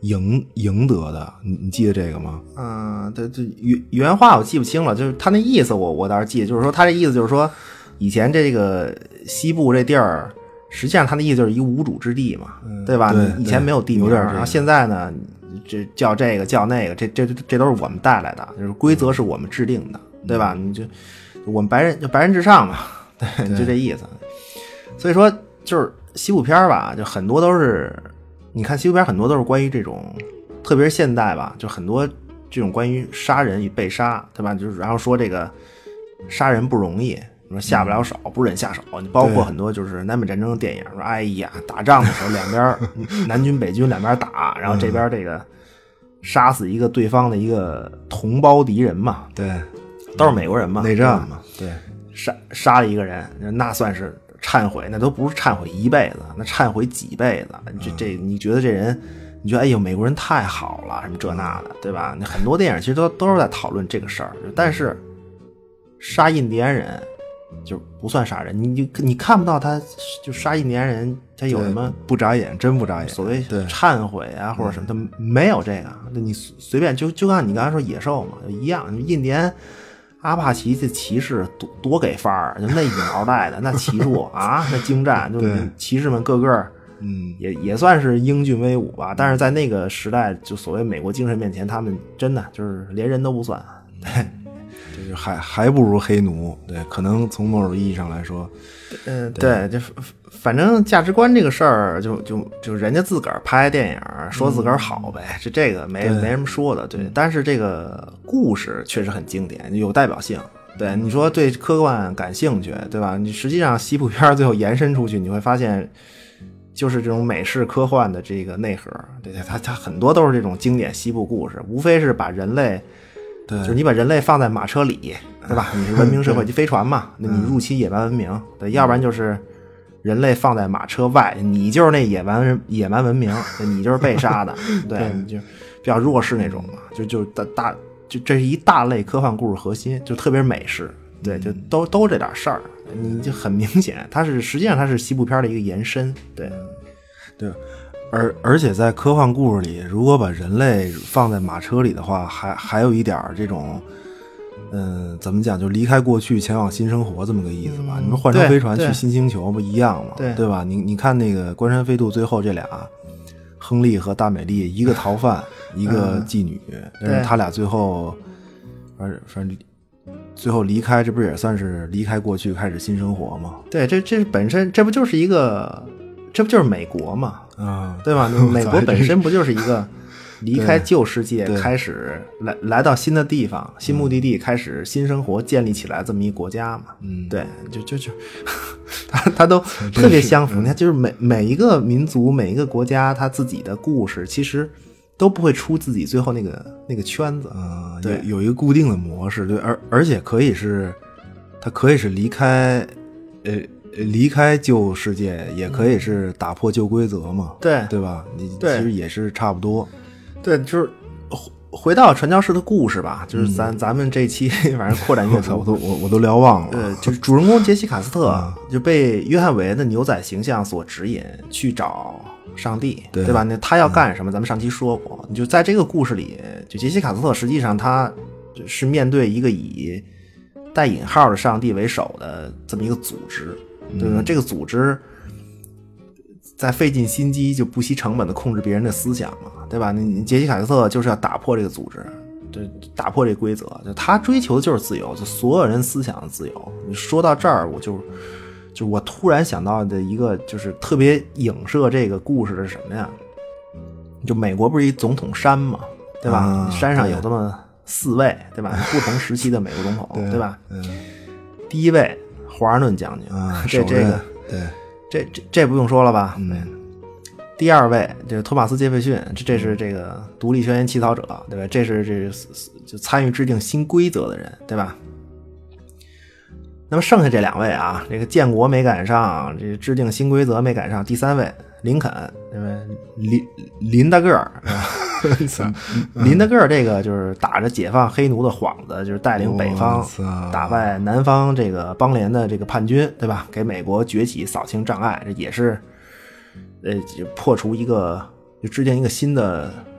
S2: 赢赢得的，你你记得这个吗？
S3: 嗯，对对，原原话我记不清了，就是他那意思我我倒是记得，就是说他这意思就是说，以前这个西部这地儿，实际上他的意思就是一个无主之地嘛，嗯、对吧？
S2: 对，
S3: 以前没有地名，
S2: 有点这个、
S3: 然后现在呢，这叫这个叫那个，这这这都是我们带来的，就是规则是我们制定的，嗯、对吧？你就我们白人就白人至上嘛，对，对就这意思。所以说，就是西部片吧，就很多都是。你看西部片很多都是关于这种，特别是现代吧，就很多这种关于杀人与被杀，对吧？就是然后说这个杀人不容易，说下不了手，不忍下手。你包括很多就是南北战争的电影，说哎呀，打仗的时候两边南军北军两边打，然后这边这个杀死一个对方的一个同胞敌人嘛，
S2: 对，
S3: 都是美国人嘛，
S2: 内战嘛，对，
S3: 杀杀了一个人，那算是。忏悔那都不是忏悔一辈子，那忏悔几辈子。这这，你觉得这人，你觉得哎呦，美国人太好了，什么这那的，对吧？那很多电影其实都都是在讨论这个事儿。但是杀印第安人就不算杀人，你就你看不到他就杀印第安人，他有什么
S2: 不眨眼，真不眨眼。
S3: 所谓忏悔啊或者什么，他没有这个。你随便就就像你刚才说野兽嘛，一样，印第安。阿帕奇这骑士多多给范儿，就那羽毛带的那骑术啊，那精湛，就骑士们个个，嗯，也也算是英俊威武吧。但是在那个时代，就所谓美国精神面前，他们真的就是连人都不算，对，
S2: 就是还还不如黑奴。对，可能从某种意义上来说，
S3: 嗯、呃，对，就反正价值观这个事儿，就就就人家自个儿拍电影说自个儿好呗，这、嗯、这个没没什么说的，对。但是这个故事确实很经典，有代表性。对，你说对科幻感兴趣，对吧？你实际上西部片最后延伸出去，你会发现，就是这种美式科幻的这个内核。对，它它很多都是这种经典西部故事，无非是把人类，
S2: 对，
S3: 就是你把人类放在马车里，对吧？你是文明社会，飞船嘛，那你入侵野蛮文明，对，要不然就是人类放在马车外，你就是那野蛮野蛮文明，你就是被杀的，对，你就比较弱势那种嘛，就就大大。就这是一大类科幻故事核心，就特别是美式，对，就都都这点事儿，你就很明显，它是实际上它是西部片的一个延伸，对，
S2: 对，而而且在科幻故事里，如果把人类放在马车里的话，还还有一点这种，嗯、呃，怎么讲，就离开过去，前往新生活这么个意思吧？嗯、你们换乘飞船去新星球不一样吗？
S3: 对
S2: 对吧？你你看那个关山飞渡，最后这俩。亨利和大美丽，一个逃犯，一个妓女，嗯、但是他俩最后，反正反正最后离开，这不也算是离开过去，开始新生活吗？
S3: 对，这这本身这不就是一个，这不就是美国嘛？
S2: 啊、嗯，
S3: 对吧？美国本身不就是一个离开旧世界，开始来来到新的地方、新目的地，开始新生活建立起来这么一国家嘛？
S2: 嗯，
S3: 对，就就就。他他都特别相符，你看，就是每每一个民族、每一个国家，他自己的故事，其实都不会出自己最后那个那个圈子
S2: 啊、
S3: 嗯，对，
S2: 有一个固定的模式，对，而而且可以是，它可以是离开，呃，离开旧世界，也可以是打破旧规则嘛，
S3: 对
S2: 对吧？你
S3: 对
S2: 其实也是差不多，
S3: 对，就是。回到传教士的故事吧，就是咱、嗯、咱们这期反正扩展阅读，
S2: 我都我我都聊忘了。
S3: 呃，就是主人公杰西卡斯特、嗯、就被约翰韦恩的牛仔形象所指引去找上帝， 对, 对吧？那他要干什么？嗯、咱们上期说过，你就在这个故事里，就杰西卡斯特实际上他是面对一个以带引号的上帝为首的这么一个组织，对吧？嗯、这个组织。在费尽心机就不惜成本的控制别人的思想嘛，对吧？你杰西卡斯特就是要打破这个组织，就打破这规则，就他追求的就是自由，就所有人思想的自由。你说到这儿，我就就我突然想到的一个就是特别影射这个故事的是什么呀？就美国不是一总统山嘛，对吧？啊、山上有这么四位，对吧？不同时期的美国总统，对, 对吧？
S2: 嗯，
S3: 第一位华盛顿将军，
S2: 啊、
S3: 这这个
S2: 对。
S3: 这这这不用说了吧？
S2: 嗯。
S3: 第二位，这个托马斯·杰斐逊，这这是这个独立宣言起草者，对吧？这是这是就参与制定新规则的人，对吧？那么剩下这两位啊，这个建国没赶上，这制定新规则没赶上。第三位，林肯，对吧？林林大个儿，林大个儿，这个就是打着解放黑奴的幌子，就是带领北方打败南方这个邦联的这个叛军，对吧？给美国崛起扫清障碍，这也是呃破除一个就制定一个新的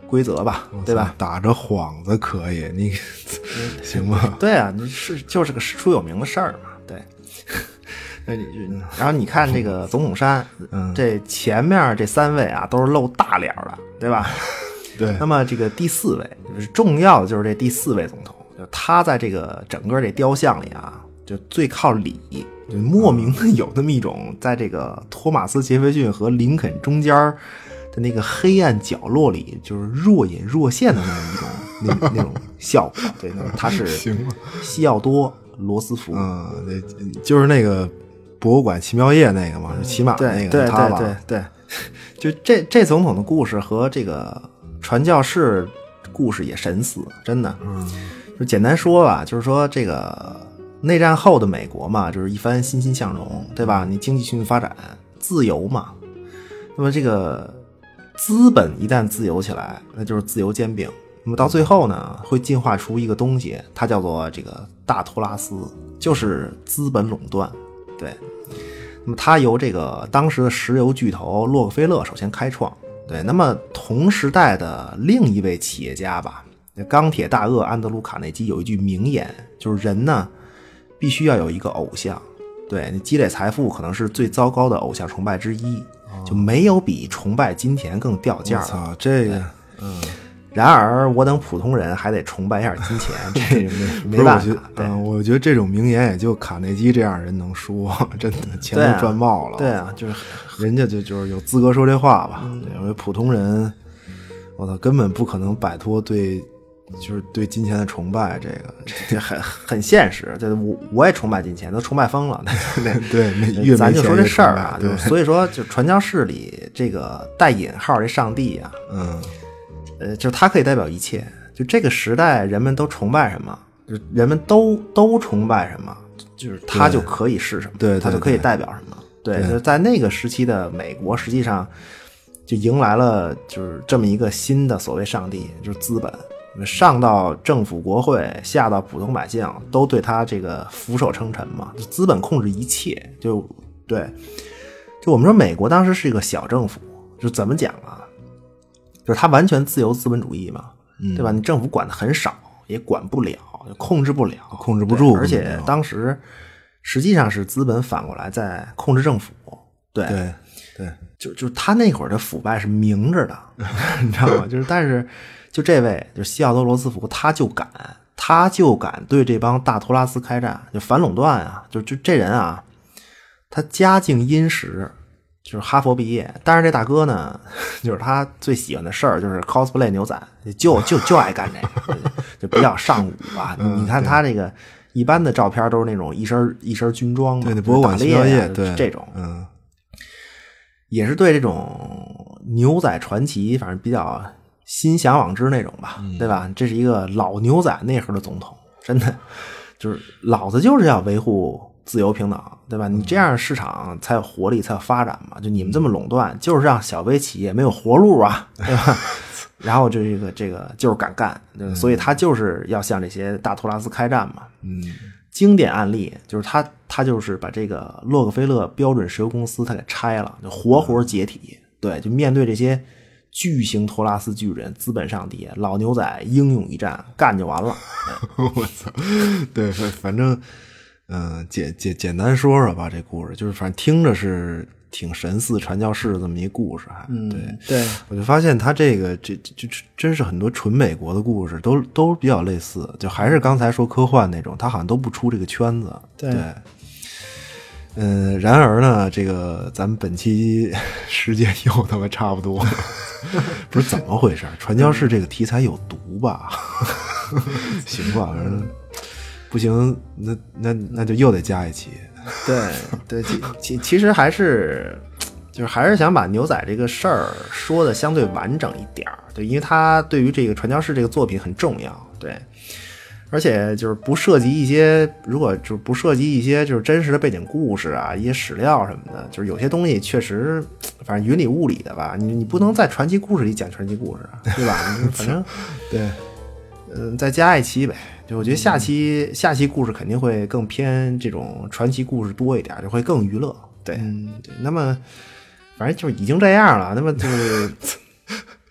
S3: 规则吧，对吧？
S2: 打着幌子可以，你行吗？
S3: 对啊，你是就是个师出有名的事儿嘛，对。然后你看这个总统山，嗯，这前面这三位啊都是露大脸的，对吧？
S2: 对。
S3: 那么这个第四位就是重要的，就是这第四位总统，就他在这个整个这雕像里啊，就最靠里，就莫名的有那么一种在这个托马斯·杰斐逊和林肯中间的那个黑暗角落里，就是若隐若现的那么一种那那种效果。对，他是西奥多·罗斯福，
S2: 嗯，那就是那个博物馆奇妙夜那个嘛，就骑马那个，
S3: 对
S2: 他
S3: 对对对，就这这总统的故事和这个传教士故事也神似，真的。
S2: 嗯，
S3: 就简单说吧，就是说这个内战后的美国嘛，就是一番欣欣向荣，对吧？你经济迅速发展，自由嘛。那么这个资本一旦自由起来，那就是自由兼并。那么到最后呢，会进化出一个东西，它叫做这个大托拉斯，就是资本垄断。对，那么它由这个当时的石油巨头洛克菲勒首先开创。对，那么同时代的另一位企业家吧，钢铁大鳄安德鲁卡内基有一句名言，就是人呢必须要有一个偶像。对，你积累财富可能是最糟糕的偶像崇拜之一，就没有比崇拜金钱更掉价了。
S2: 我操，这个，嗯。
S3: 然而，我等普通人还得崇拜一下金钱，这没没办法。
S2: 嗯，我觉得这种名言也就卡内基这样人能说，真的钱都赚冒了。
S3: 对啊，对啊，
S2: 就是人家就就是有资格说这话吧。嗯、因为普通人，我操，根本不可能摆脱对，就是对金钱的崇拜。这个
S3: 这很很现实。对，我我也崇拜金钱，都崇拜疯了。
S2: 对，越
S3: 咱就说这事儿啊，
S2: 就
S3: 所以说，就传教士里这个带引号这上帝啊，
S2: 嗯。
S3: 呃，就是它可以代表一切。就这个时代，人们都崇拜什么，就人们都都崇拜什么，就是它就可以是什么，
S2: 对，
S3: 它就可以代表什么。对，就在那个时期的美国，实际上就迎来了就是这么一个新的所谓上帝，就是资本，上到政府国会，下到普通百姓，都对他这个俯首称臣嘛。就资本控制一切，就对。就我们说，美国当时是一个小政府，就怎么讲啊？就是它完全自由资本主义嘛，
S2: 嗯、
S3: 对吧？你政府管的很少，也管不了，控制不了，
S2: 控制不住。
S3: 而且当时实际上是资本反过来在控制政府，对
S2: 对对，
S3: 就就他那会儿的腐败是明着的，你知道吗？就是但是就这位就是西奥多·罗斯福，他就敢，他就敢对这帮大托拉斯开战，就反垄断啊！就就这人啊，他家境殷实。就是哈佛毕业，但是这大哥呢，就是他最喜欢的事儿就是 cosplay 牛仔，就就就爱干这个，就比较上午吧。
S2: 嗯、
S3: 你看他这个一般的照片都是那种一身一身军装嘛，
S2: 对，博物馆奇妙夜，对
S3: 这种，
S2: 嗯，
S3: 也是对这种牛仔传奇，反正比较心向往之那种吧，
S2: 嗯、
S3: 对吧？这是一个老牛仔内核的总统，真的就是老子就是要维护自由平等，对吧？你这样市场才有活力，才有发展嘛。就你们这么垄断，就是让小微企业没有活路啊，对吧？然后这个这个就是敢干，所以他就是要向这些大托拉斯开战嘛。
S2: 嗯，
S3: 经典案例就是他他就是把这个洛克菲勒标准石油公司他给拆了，就活活解体。对，就面对这些巨型托拉斯巨人、资本上帝、老牛仔，英勇一战，干就完了。
S2: 我操！对，反正。嗯，简简简单说说吧，这故事就是反正听着是挺神似传教士的这么一故事，还、
S3: 嗯、
S2: 对
S3: 对，
S2: 我就发现他这个这这真是很多纯美国的故事都都比较类似，就还是刚才说科幻那种，他好像都不出这个圈子。
S3: 对，
S2: 对嗯，然而呢，这个咱们本期时间又他妈差不多了，不是怎么回事？传教士这个题材有毒吧？行吧，反正。不行，那那那就又得加一期。
S3: 对对，其其其实还是就是还是想把牛仔这个事儿说的相对完整一点儿，对，因为他对于这个传教士这个作品很重要，对，而且就是不涉及一些，如果就是不涉及一些就是真实的背景故事啊，一些史料什么的，就是有些东西确实反正云里雾里的吧，你你不能在传奇故事里讲传奇故事，对吧？反正
S2: 对。
S3: 嗯，再加一期呗。就我觉得下期、嗯、下期故事肯定会更偏这种传奇故事多一点，就会更娱乐。对，
S2: 嗯、
S3: 对。那么，反正就是已经这样了。那么就是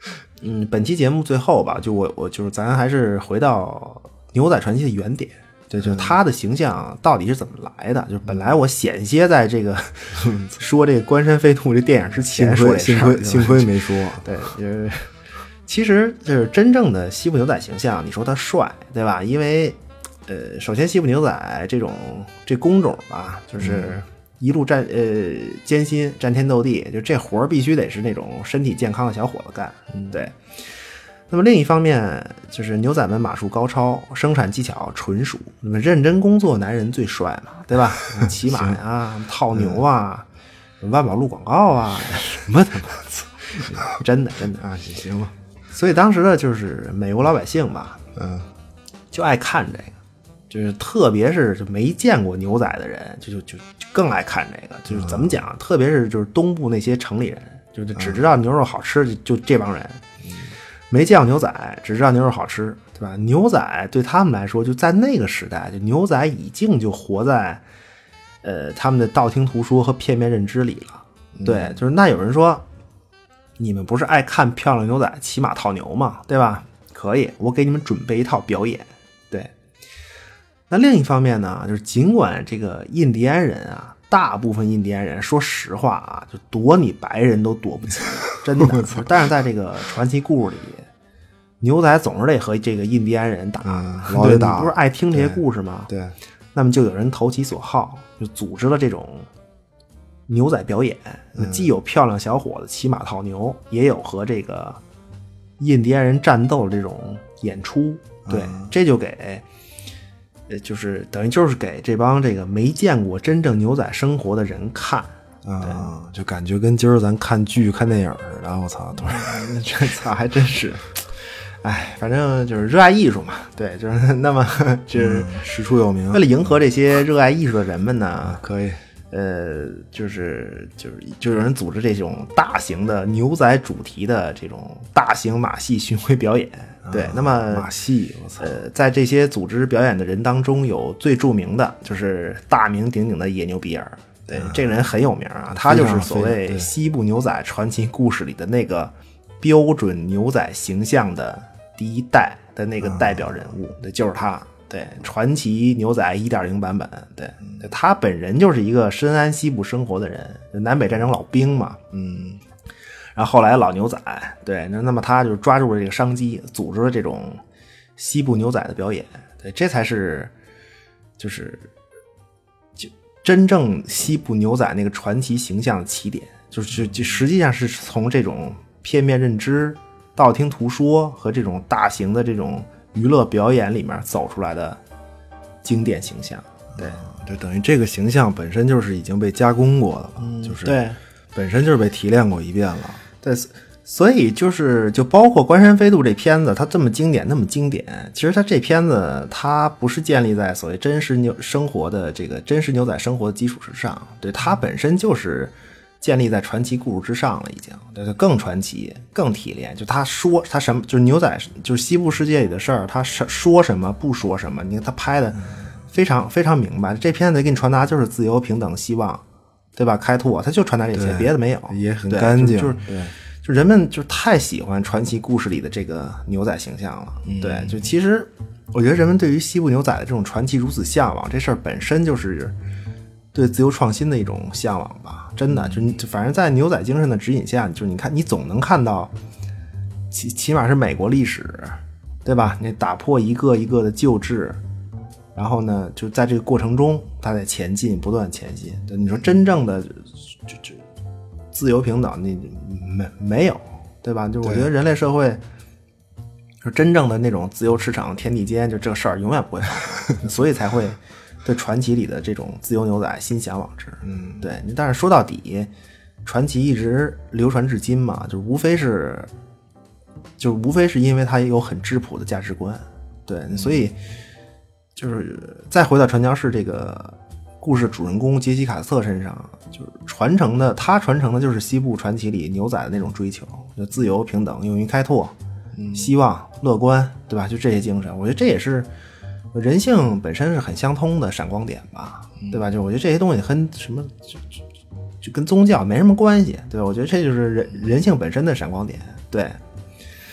S3: 嗯，本期节目最后吧，就我我就是咱还是回到牛仔传奇的原点，就就他的形象到底是怎么来的？就是本来我险些在这个说这个《关山飞渡》这电影之前说这事儿，
S2: 幸亏幸亏没说。
S3: 对，就是其实就是真正的西部牛仔形象，你说他帅，对吧？因为呃，首先西部牛仔这种这工种吧，就是一路战呃艰辛战天斗地，就这活儿必须得是那种身体健康的小伙子干，对。那么另一方面，就是牛仔们马术高超，生产技巧纯熟，那么认真工作男人最帅嘛，对吧？骑马呀，套牛啊，万宝路广告啊，
S2: 什么他妈
S3: 真的真的
S2: 啊，行吧。
S3: 所以当时的就是美国老百姓吧，
S2: 嗯，
S3: 就爱看这个，就是特别是就没见过牛仔的人，就就就就更爱看这个。就是怎么讲，嗯、特别是就是东部那些城里人，就是只知道牛肉好吃，就就这帮人。没见过牛仔，只知道牛肉好吃，对吧？牛仔对他们来说，就在那个时代，就牛仔已经就活在，呃，他们的道听途说和片面认知里了。对，就是那有人说，你们不是爱看漂亮牛仔骑马套牛吗？对吧？可以，我给你们准备一套表演。对。那另一方面呢，就是尽管这个印第安人啊，大部分印第安人，说实话啊，就躲你白人都躲不起，真的。但是在这个传奇故事里，牛仔总是得和这个印第安人打，
S2: 嗯、老得打。
S3: 你不是爱听这些故事吗？
S2: 对。对，
S3: 那么就有人投其所好，就组织了这种牛仔表演。嗯、既有漂亮小伙子骑马套牛，也有和这个印第安人战斗的这种演出。对，嗯、这就给。呃，就是等于就是给这帮这个没见过真正牛仔生活的人看
S2: 啊，就感觉跟今儿咱看剧看电影似的。我操，突然
S3: 这操还真是，哎，反正就是热爱艺术嘛。对，就是那么就是
S2: 师出有名。
S3: 为了迎合这些热爱艺术的人们呢，
S2: 啊、可以，
S3: 呃，就是就是就有人组织这种大型的牛仔主题的这种大型马戏巡回表演。对，那么
S2: 马戏，我操！
S3: 呃，在这些组织表演的人当中，有最著名的就是大名鼎鼎的野牛比尔。对，嗯、这个人很有名啊，他就是所谓西部牛仔传奇故事里的那个标准牛仔形象的第一代的那个代表人物，嗯、对，就是他。对，传奇牛仔 一点零 版本。对，对他本人就是一个深谙西部生活的人，南北战争老兵嘛。
S2: 嗯。
S3: 然后后来老牛仔，对，那那么他就抓住了这个商机，组织了这种西部牛仔的表演，对，这才是就是就真正西部牛仔那个传奇形象的起点，就是就实际上是从这种片面认知、道听途说和这种大型的这种娱乐表演里面走出来的经典形象。对，
S2: 就等于这个形象本身就是已经被加工过了，
S3: 嗯、
S2: 就是
S3: 对，
S2: 本身就是被提炼过一遍了。
S3: 对，所以就是就包括《关山飞渡》这片子，它这么经典，那么经典。其实它这片子它不是建立在所谓真实牛生活的这个真实牛仔生活的基础之上，对，它本身就是建立在传奇故事之上了，已经，对，更传奇，更提炼。就他说他什么，就是牛仔，就是西部世界里的事儿，他说什么不说什么，你看他拍的非常非常明白。这片子给你传达就是自由、平等、希望。对吧？开拓，他就传达这些，别的没有，
S2: 也很干净。
S3: 就是，
S2: 对，
S3: 就人们就太喜欢传奇故事里的这个牛仔形象了。
S2: 嗯、
S3: 对，就其实我觉得人们对于西部牛仔的这种传奇如此向往，这事儿本身就是对自由创新的一种向往吧。真的，就反正在牛仔精神的指引下，就是你看，你总能看到，起起码是美国历史，对吧？你打破一个一个的旧制。然后呢，就在这个过程中，他在前进，不断前进。你说真正的就就自由平等，你没没有，对吧？就我觉得人类社会，就真正的那种自由驰骋天地间，就这个事儿永远不会发生，所以才会对传奇里的这种自由牛仔心向往之。
S2: 嗯，
S3: 对。但是说到底，传奇一直流传至今嘛，就无非是，就无非是因为它有很质朴的价值观，对，
S2: 嗯、
S3: 所以。就是再回到传教士这个故事主人公杰西卡特身上，就是传承的，他传承的就是西部传奇里牛仔的那种追求，就自由、平等、勇于开拓、
S2: 嗯、
S3: 希望、乐观，对吧？就这些精神，我觉得这也是人性本身是很相通的闪光点吧，对吧？就我觉得这些东西跟什么就就就跟宗教没什么关系，对吧？我觉得这就是人人性本身的闪光点，对。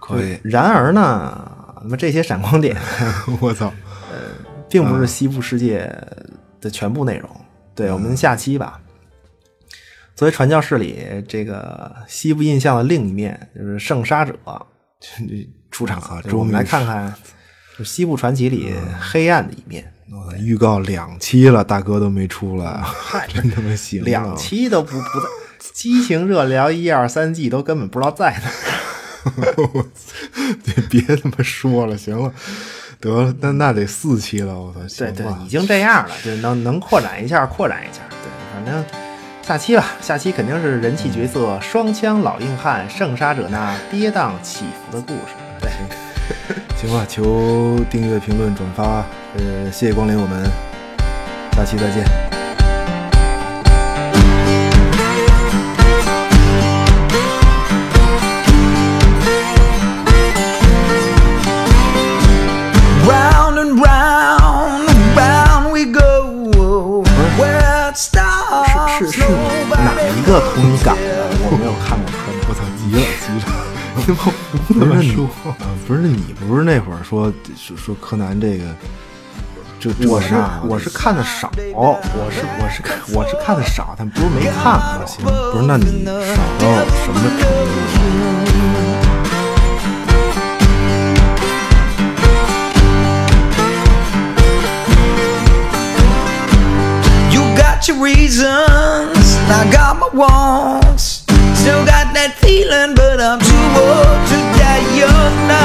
S2: 可以。
S3: 然而呢，那么这些闪光点，
S2: 我操，
S3: 呃，并不是西部世界的全部内容。嗯、对，我们下期吧。作为传教士里这个西部印象的另一面，就是圣杀者出场啊。我们来看看，就是西部传奇里黑暗的一面。
S2: 嗯、预告两期了，大哥都没出来，真他妈行！
S3: 两期都不不在，激情热聊一二三季都根本不知道在哪。
S2: 对，别他妈说了，行了，得了，那那得四期了，我操！
S3: 对对，已经这样了，就能能扩展一下，扩展一下。对，反正下期吧，下期肯定是人气角色双枪老硬汉圣杀者那跌宕起伏的故事。对。
S2: 行吧，求订阅、评论、转发，呃，谢谢光临，我们下期再见。
S3: Round and round and round we go, where it stops. 是是是哪一个同感的？我没有看过柯南，
S2: 我操，急了急了。不是你，不是你，不是那会儿说说说柯南这个，这
S3: 我是我是看的少，我是我是看我是看的少，但不是没看过。
S2: 行，不是，那你少到什么程度？
S3: Your reasons, I got my wants. Still got that feeling, but I'm too old to die young now.